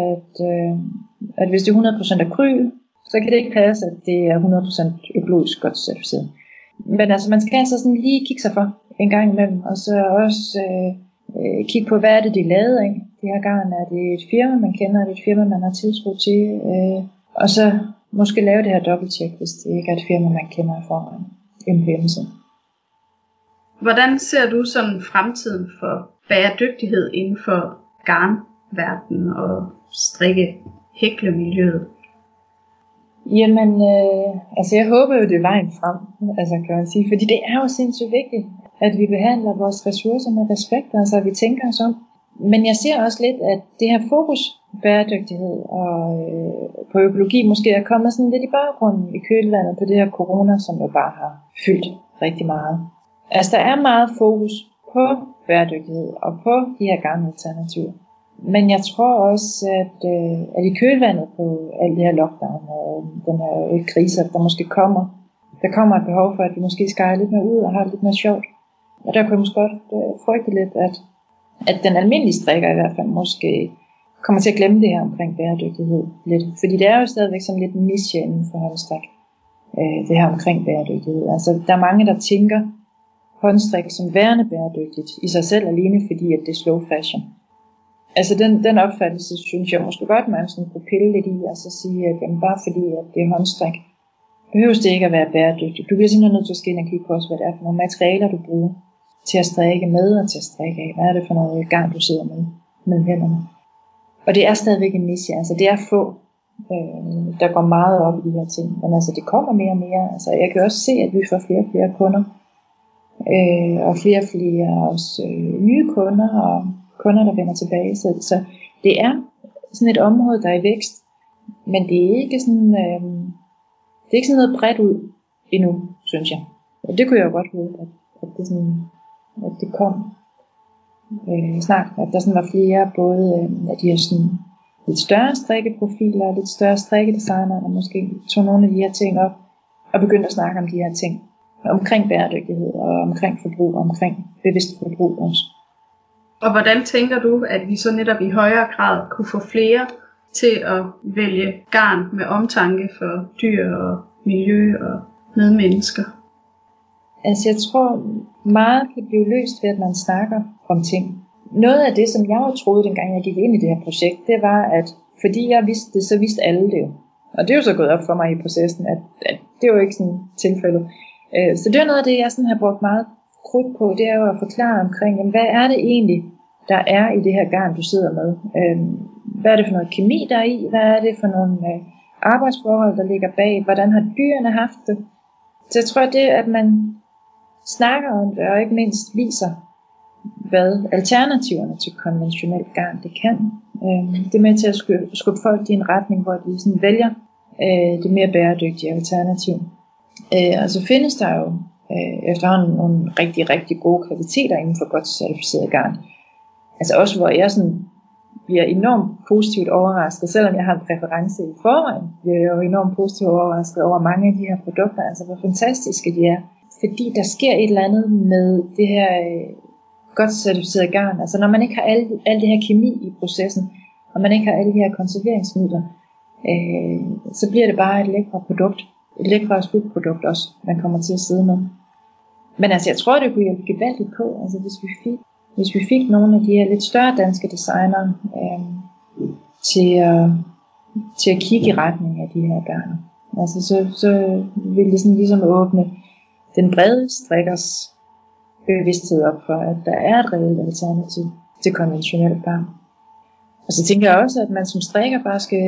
at hvis det er 100% akryl, så kan det ikke passe, at det er 100% økologisk godt certificeret. Men altså, man skal altså sådan lige kigge sig for en gang imellem, og så også kigge på, hvad er det, de er lavet af. Det her garn, er det et firma, man kender, er det et firma, man har tiltro til, og så måske lave det her dobbelttjek, hvis det ikke er et firma, man kender i forvejen inden for hjemmesiden. Hvordan ser du sådan fremtiden for bæredygtighed inden for garnverdenen og hæklemiljøet? Jamen, altså jeg håber jo, det er vejen frem, altså kan man sige, fordi det er jo sindssygt vigtigt, at vi behandler vores ressourcer med respekt, altså at vi tænker os om. Men jeg ser også lidt, at det her fokus bæredygtighed og på økologi måske er kommet sådan lidt i baggrunden i kølvandet på det her corona, som jo bare har fyldt rigtig meget. Altså der er meget fokus på bæredygtighed og på de her garnalternativer. Men jeg tror også, at i kølvandet på alt det her lockdown og den her krise, der måske kommer et behov for, at vi måske skærer lidt mere ud og har det lidt mere sjovt. Og der kunne jeg måske godt frygte lidt, at den almindelige strikker i hvert fald måske kommer til at glemme det her omkring bæredygtighed lidt. Fordi det er jo stadigvæk sådan lidt en niche inden for håndstrik, det her omkring bæredygtighed. Altså der er mange, der tænker håndstrik som værende bæredygtigt i sig selv alene, fordi at det er slow fashion. Altså den opfattelse, synes jeg måske godt, man sådan kunne pille lidt i, og så sige, at jamen, bare fordi at det er håndstrik, behøves det ikke at være bæredygtigt. Du bliver simpelthen nødt til at skille og kigge på også, hvad det er for nogle materialer, du bruger til at strikke med og til at strikke af. Hvad er det for noget garn, du sidder med hænderne? Og det er stadigvæk en niche, altså det er få, der går meget op i de her ting. Men altså det kommer mere og mere. Altså jeg kan også se, at vi får flere og flere kunder. Og flere og flere også nye kunder og kunder, der vender tilbage. Så det er sådan et område, der er i vækst. Men det er ikke sådan, det er ikke sådan noget bredt ud endnu, synes jeg. Og det kunne jeg jo godt håbe, at det sådan, at det kom snart, at der sådan var flere, både af de her sådan lidt større strikkeprofiler, lidt større strikkedesigner, der måske tog nogle af de her ting op, og begyndte at snakke om de her ting, omkring bæredygtighed, og omkring forbrug, og omkring bevidst forbrug også. Og hvordan tænker du, at vi så netop i højere grad kunne få flere til at vælge garn med omtanke for dyr og miljø og medmennesker? Altså jeg tror, meget kan blive løst ved, at man snakker om ting. Noget af det, som jeg jo troede, dengang jeg gik ind i det her projekt, det var, at fordi jeg vidste det, så vidste alle det jo. Og det er jo så gået op for mig i processen, at det er jo ikke sådan tilfældet. Så det er noget af det, jeg sådan har brugt meget krudt på, det er jo at forklare omkring, jamen, hvad er det egentlig, der er i det her garn, du sidder med? Hvad er det for noget kemi, der er i? Hvad er det for nogle arbejdsforhold, der ligger bag? Hvordan har dyrene haft det? Så jeg tror, det at man snakker om det, og ikke mindst viser, hvad alternativerne til konventionelt garn det kan. Det er med til at skubbe folk i en retning, hvor de sådan vælger det mere bæredygtige alternativ. Og så findes der jo efterhånden nogle rigtig, rigtig gode kvaliteter inden for godt certificeret garn. Altså også hvor jeg sådan bliver enormt positivt overrasket, selvom jeg har en præference i forvejen, bliver jeg jo enormt positivt overrasket over mange af de her produkter, altså hvor fantastiske de er. Fordi der sker et eller andet med det her godt certificeret garn. Altså når man ikke har alt det her kemi i processen, og man ikke har alle de her konserveringsmidler, så bliver det bare et lækre produkt. Et lækre slutprodukt også, man kommer til at sidde med. Men altså jeg tror, det kunne hjælpe gevaldigt på, altså hvis vi fik nogle af de her lidt større danske designere til at kigge i retning af de her garner. Altså så ville det sådan ligesom åbne den brede strikkers bevidsthed op for, at der er et reelt alternativ til konventionelt garn. Og så tænker jeg også, at man som strikker bare skal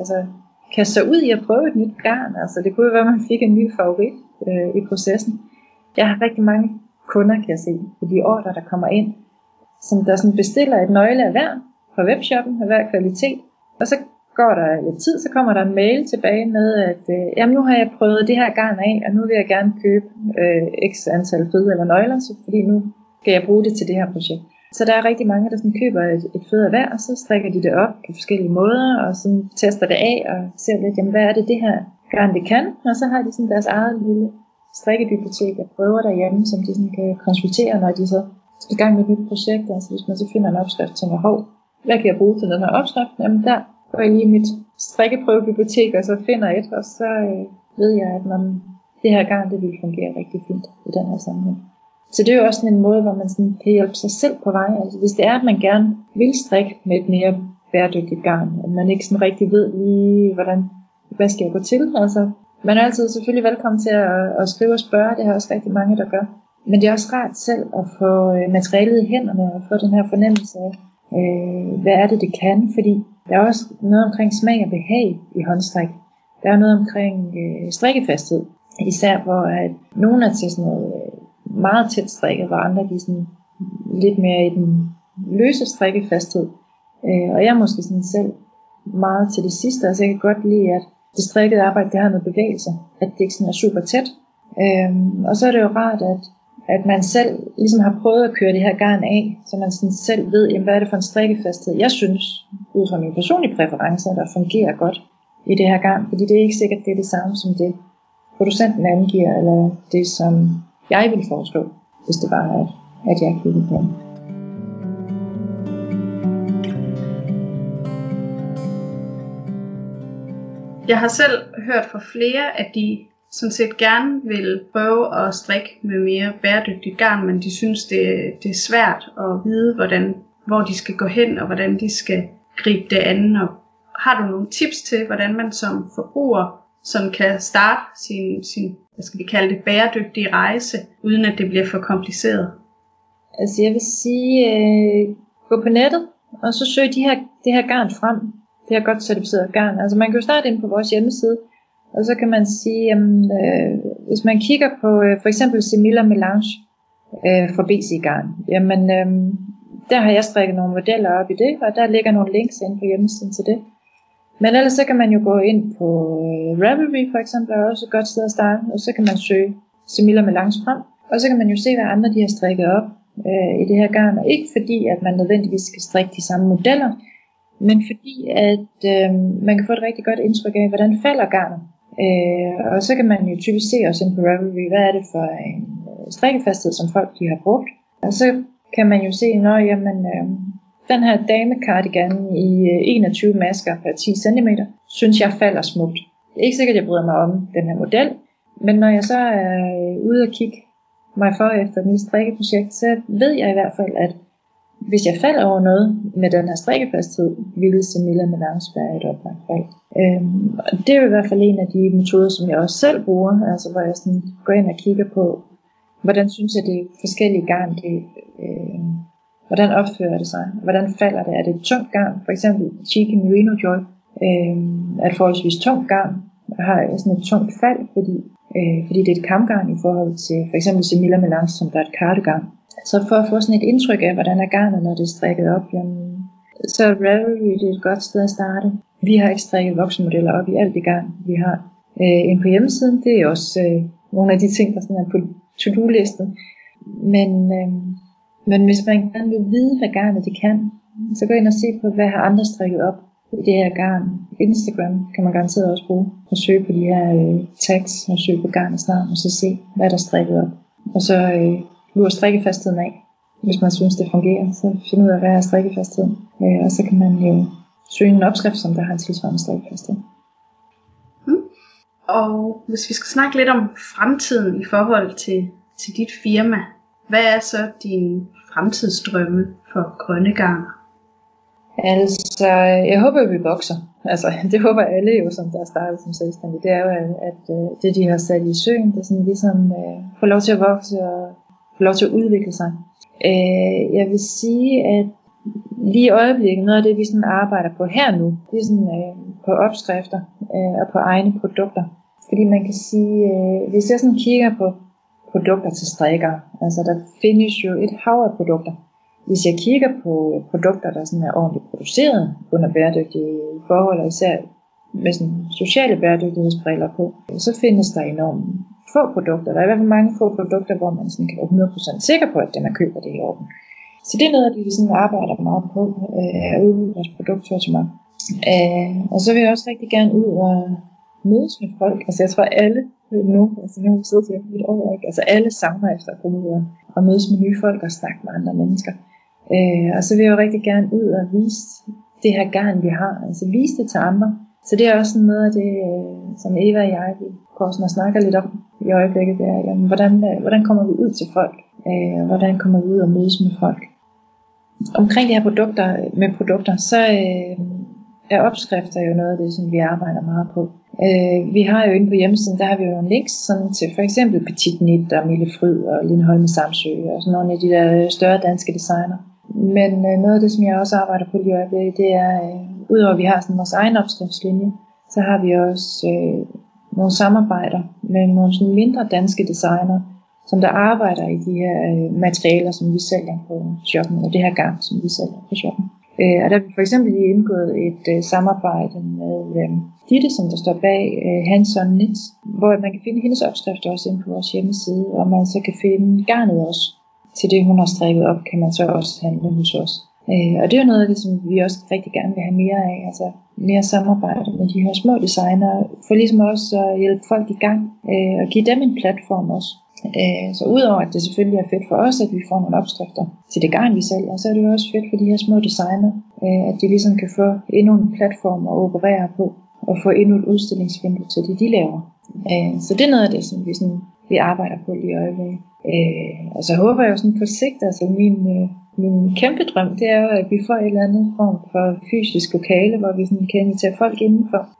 kaste sig ud i at prøve et nyt garn. Altså det kunne jo være, at man fik en ny favorit i processen. Jeg har rigtig mange kunder, kan jeg se, på de ordrer, der kommer ind, som der sådan bestiller et nøgle af hver fra webshoppen af hver kvalitet. Og så går der lidt tid, så kommer der en mail tilbage med, at jamen, nu har jeg prøvet det her garn af, og nu vil jeg gerne købe x antal fede eller nøgler, så fordi nu skal jeg bruge det til det her projekt. Så der er rigtig mange, der sådan køber et fed af hver, og så strikker de det op på forskellige måder, og så tester det af, og ser lidt, jamen, hvad er det her garn det kan, og så har de sådan deres eget lille strikkebibliotek og prøver derhjemme, som de sådan kan konsultere, når de så skal i gang med et nyt projekt. Altså hvis man så finder en opskrift, og tænker, hvad kan jeg bruge til den her opskrift? Jamen der går jeg lige i mit strikkeprøvebibliotek, og så finder et, og så ved jeg, at det her garn, det vil fungere rigtig fint i den her sammenhæng. Så det er jo også sådan en måde, hvor man sådan kan hjælpe sig selv på vej. Altså hvis det er, at man gerne vil strikke med et mere bæredygtigt garn, og man ikke sådan rigtig ved lige, hvad skal jeg gå til? Altså, man er altid selvfølgelig velkommen til at skrive og spørge, det har også rigtig mange, der gør. Men det er også rart selv at få materialet i hænderne, og få den her fornemmelse af, hvad er det, det kan, fordi der er også noget omkring smag og behag i håndstrik. Der er noget omkring strikkefasthed, især hvor nogle er til sådan noget meget tæt strikket, hvor andre de er sådan lidt mere i den løse strikkefasthed. Og jeg er måske sådan selv meget til det sidste, altså jeg kan godt lide, at det strikkede arbejde, det har noget bevægelse, at det ikke sådan er super tæt. Og så er det jo rart, at man selv ligesom har prøvet at køre det her garn af, så man sådan selv ved, jamen, hvad er det for en strikkefasthed, jeg synes, ud fra mine personlige præferencer, der fungerer godt i det her garn, fordi det er ikke sikkert, det er det samme som det producenten angiver, eller det som jeg vil foreslå, hvis det bare er, at jeg kigger på det. Jeg har selv hørt fra flere, at de sådan set gerne vil prøve at strikke med mere bæredygtigt garn, men de synes, det er svært at vide, hvor de skal gå hen, og hvordan de skal gribe det an. Og har du nogle tips til, hvordan man som forbruger som kan starte sin hvad skal vi kalde det, bæredygtige rejse, uden at det bliver for kompliceret? Altså jeg vil sige, gå på nettet, og så søg det her garn frem. Det her godt certificeret garn. Altså man kan jo starte ind på vores hjemmeside, og så kan man sige, hvis man kigger på for eksempel Semilla Melange fra BC Garn, jamen der har jeg strikket nogle modeller op i det, og der ligger nogle links inde på hjemmesiden til det. Men ellers så kan man jo gå ind på Ravelry for eksempel, er også et godt sted at starte, og så kan man søge Semilla Melange frem, og så kan man jo se, hvad andre de har strikket op i det her garn, og ikke fordi, at man nødvendigvis skal strikke de samme modeller, men fordi, at man kan få et rigtig godt indtryk af, hvordan falder garnet. Og så kan man jo typisk se også ind på Ravelry, hvad er det for en strikkefasthed, som folk de har brugt. Og så kan man jo se, jamen den her damecardigan i 21 masker per 10 cm, synes jeg falder smukt. Det er ikke sikkert, at jeg bryder mig om den her model, men når jeg så er ude og kigge mig for efter et nyt strikkeprojekt, så ved jeg i hvert fald, at hvis jeg falder over noget med den her strikkefasthed, ville Semilla Melange være et oplagt fald. Det er jo i hvert fald en af de metoder, som jeg også selv bruger, altså hvor jeg sådan går ind og kigger på, hvordan synes jeg det forskellige garn, hvordan opfører det sig, hvordan falder det, er det et tungt garn, for eksempel Cheeky Merino Joy, er et forholdsvis tungt garn, har sådan et tungt fald, fordi det er et kamgarn i forhold til for eksempel Semilla Melange, som der er et cardigan. Så for at få sådan et indtryk af, hvordan er garnet, når det er strikket op, jamen, så Ravelry det er et godt sted at starte. Vi har ikke strikket voksenmodeller op i alt det garn, vi har inde på hjemmesiden. Det er også nogle af de ting, der sådan er på to-do-listen. Men hvis man gerne vil vide, hvad garnet det kan, så gå ind og se på, hvad har andre strikket op i det her garn. Instagram kan man garanteret også bruge og søge på de her tags og søge på garnets navn og så se, hvad der er strikket op. Og så lurer strikkefastheden af. Hvis man synes, det fungerer, så find ud af, hvad er strikkefastheden. Og så kan man jo søge en opskrift, som der har en tilsvarende strikkefasthed. Og hvis vi skal snakke lidt om fremtiden i forhold til dit firma, hvad er så dine fremtidsdrømme for grønne garner? Altså, jeg håber, at vi vokser. Altså, det håber alle jo, som der er startet som selvstændig. Det er jo, at det, de har sat i søen, det er sådan ligesom får lov til at vokse og få lov til at udvikle sig. Jeg vil sige, at lige i øjeblikket, noget af det, vi sådan arbejder på her nu, det er sådan på opskrifter og på egne produkter. Fordi man kan sige, hvis jeg sådan kigger på produkter til strikkere, altså der findes jo et hav af produkter. Hvis jeg kigger på produkter, der sådan er ordentligt produceret under bæredygtige forhold, og især med sådan sociale bæredygtighedsbriller på, så findes der enormt få produkter. Der er i hvert fald mange få produkter, hvor man sådan kan være 100% sikker på, at det man køber, det er i orden. Så det er noget af det, vi sådan arbejder meget på at udvide vores produktsortiment. Og så vil jeg også rigtig gerne ud og mødes med folk. Altså jeg tror alle nu har vi siddet til et år, ikke? Altså alle savner efter at komme ud og mødes med nye folk og snakke med andre mennesker. Og så vil jeg jo rigtig gerne ud og vise det her garn, vi har. Altså vise det til andre. Så det er også noget af det, som Eva og jeg går sådan og snakker lidt om i øjeblikket. Det er, jamen, hvordan kommer vi ud til folk? Hvordan kommer vi ud og mødes med folk? Omkring de her produkter, så er opskrifter jo noget af det, som vi arbejder meget på. Vi har jo inde på hjemmesiden, der har vi jo nogle links sådan til for eksempel Petit Knit og Mille Fryd og Lindholm Samsø og sådan nogle af de der større danske designer. Men noget af det, som jeg også arbejder på lige i øjeblikket, det er, udover at vi har sådan vores egen opskriftslinje, så har vi også nogle samarbejder med nogle sådan mindre danske designer, som der arbejder i de her materialer, som vi sælger på shoppen, og det her garn, som vi sælger på shoppen. Og der har vi for eksempel lige indgået et samarbejde med Ditte, som der står bag Hands-on Knits, hvor man kan finde hendes opskrifter også inde på vores hjemmeside, og man så kan finde garnet også. Til det, hun har strikket op, kan man så også handle hos os. Og det er noget af det, som vi også rigtig gerne vil have mere af, altså mere samarbejde med de her små designere, for ligesom også at hjælpe folk i gang, og give dem en platform også. Så udover at det selvfølgelig er fedt for os, at vi får nogle opskrifter til det garn, vi sælger, så er det jo også fedt for de her små designer, at de ligesom kan få endnu en platform at operere på, og få endnu et udstillingsvindue til det, de laver. Så det er noget af det, som vi arbejder på lige i øjeblikket. Og så håber jeg jo sådan på sigt, altså min kæmpe drøm, det er jo, at vi får et eller andet form for fysisk lokale, hvor vi sådan kan invitere folk indenfor,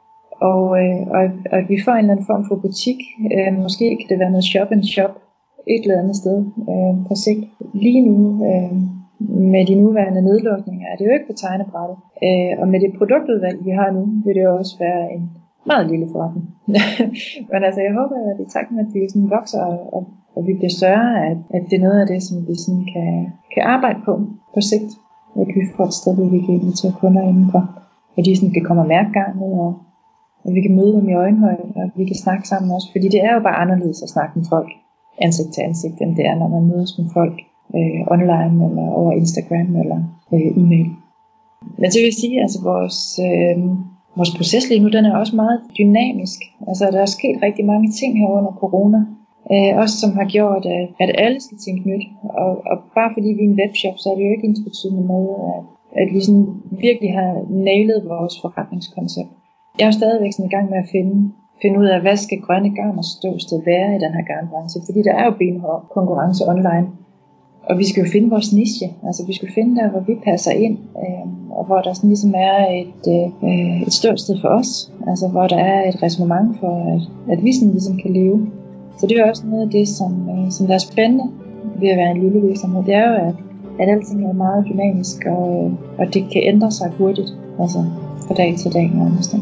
Og at vi får en eller anden form for butik. Måske kan det være noget shop and shop et eller andet sted på sigt. Lige nu med de nuværende nedlukninger er det jo ikke på tegnebrættet. Og med det produktudvalg vi har nu, vil det jo også være en meget lille forretning. Men altså jeg håber, at i takt med at vi sådan vokser og vi bliver større, at det er noget af det, som vi sådan kan arbejde på sigt. At vi får et sted, hvor vi kan invitere kunder indenfor. Og de sådan kan komme og mærke garnet, og vi kan møde dem i øjenhøjde, og vi kan snakke sammen også. Fordi det er jo bare anderledes at snakke med folk ansigt til ansigt, end det er, når man mødes med folk online, eller over Instagram, eller e-mail. Men så vil jeg sige, altså vores proces lige nu, den er også meget dynamisk. Altså der er sket rigtig mange ting her under corona, også som har gjort, at alle skal tænke nyt. Og bare fordi vi er en webshop, så er det jo ikke ensbetydende med, at vi sådan virkelig har nailet vores forretningskoncept. Jeg er jo stadigvæk sådan i gang med at finde ud af, hvad skal grønne garners ståsted være i den her garnbranche. Fordi der er jo benhård konkurrence online. Og vi skal jo finde vores niche. Altså vi skal finde der, hvor vi passer ind. Og hvor der sådan ligesom er et ståsted for os. Altså hvor der er et ræsonnement for, at vi sådan ligesom kan leve. Så det er jo også noget af det, som der er spændende ved at være en lille virksomhed. Det er jo, at alting er meget dynamisk, og det kan ændre sig hurtigt. Altså fra dag til dag nærmest.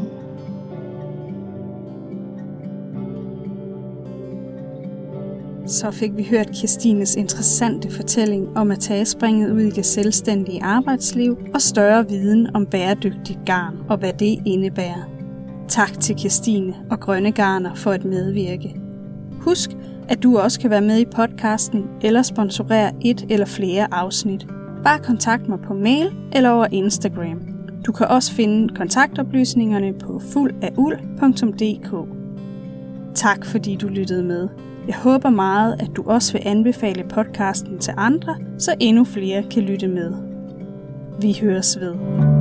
Så fik vi hørt Kirstines interessante fortælling om at tage springet ud i det selvstændige arbejdsliv og større viden om bæredygtigt garn og hvad det indebærer. Tak til Kirstine og Grønne Garner for at medvirke. Husk, at du også kan være med i podcasten eller sponsorere et eller flere afsnit. Bare kontakt mig på mail eller over Instagram. Du kan også finde kontaktoplysningerne på fuldauld.dk. Tak fordi du lyttede med. Jeg håber meget, at du også vil anbefale podcasten til andre, så endnu flere kan lytte med. Vi høres ved.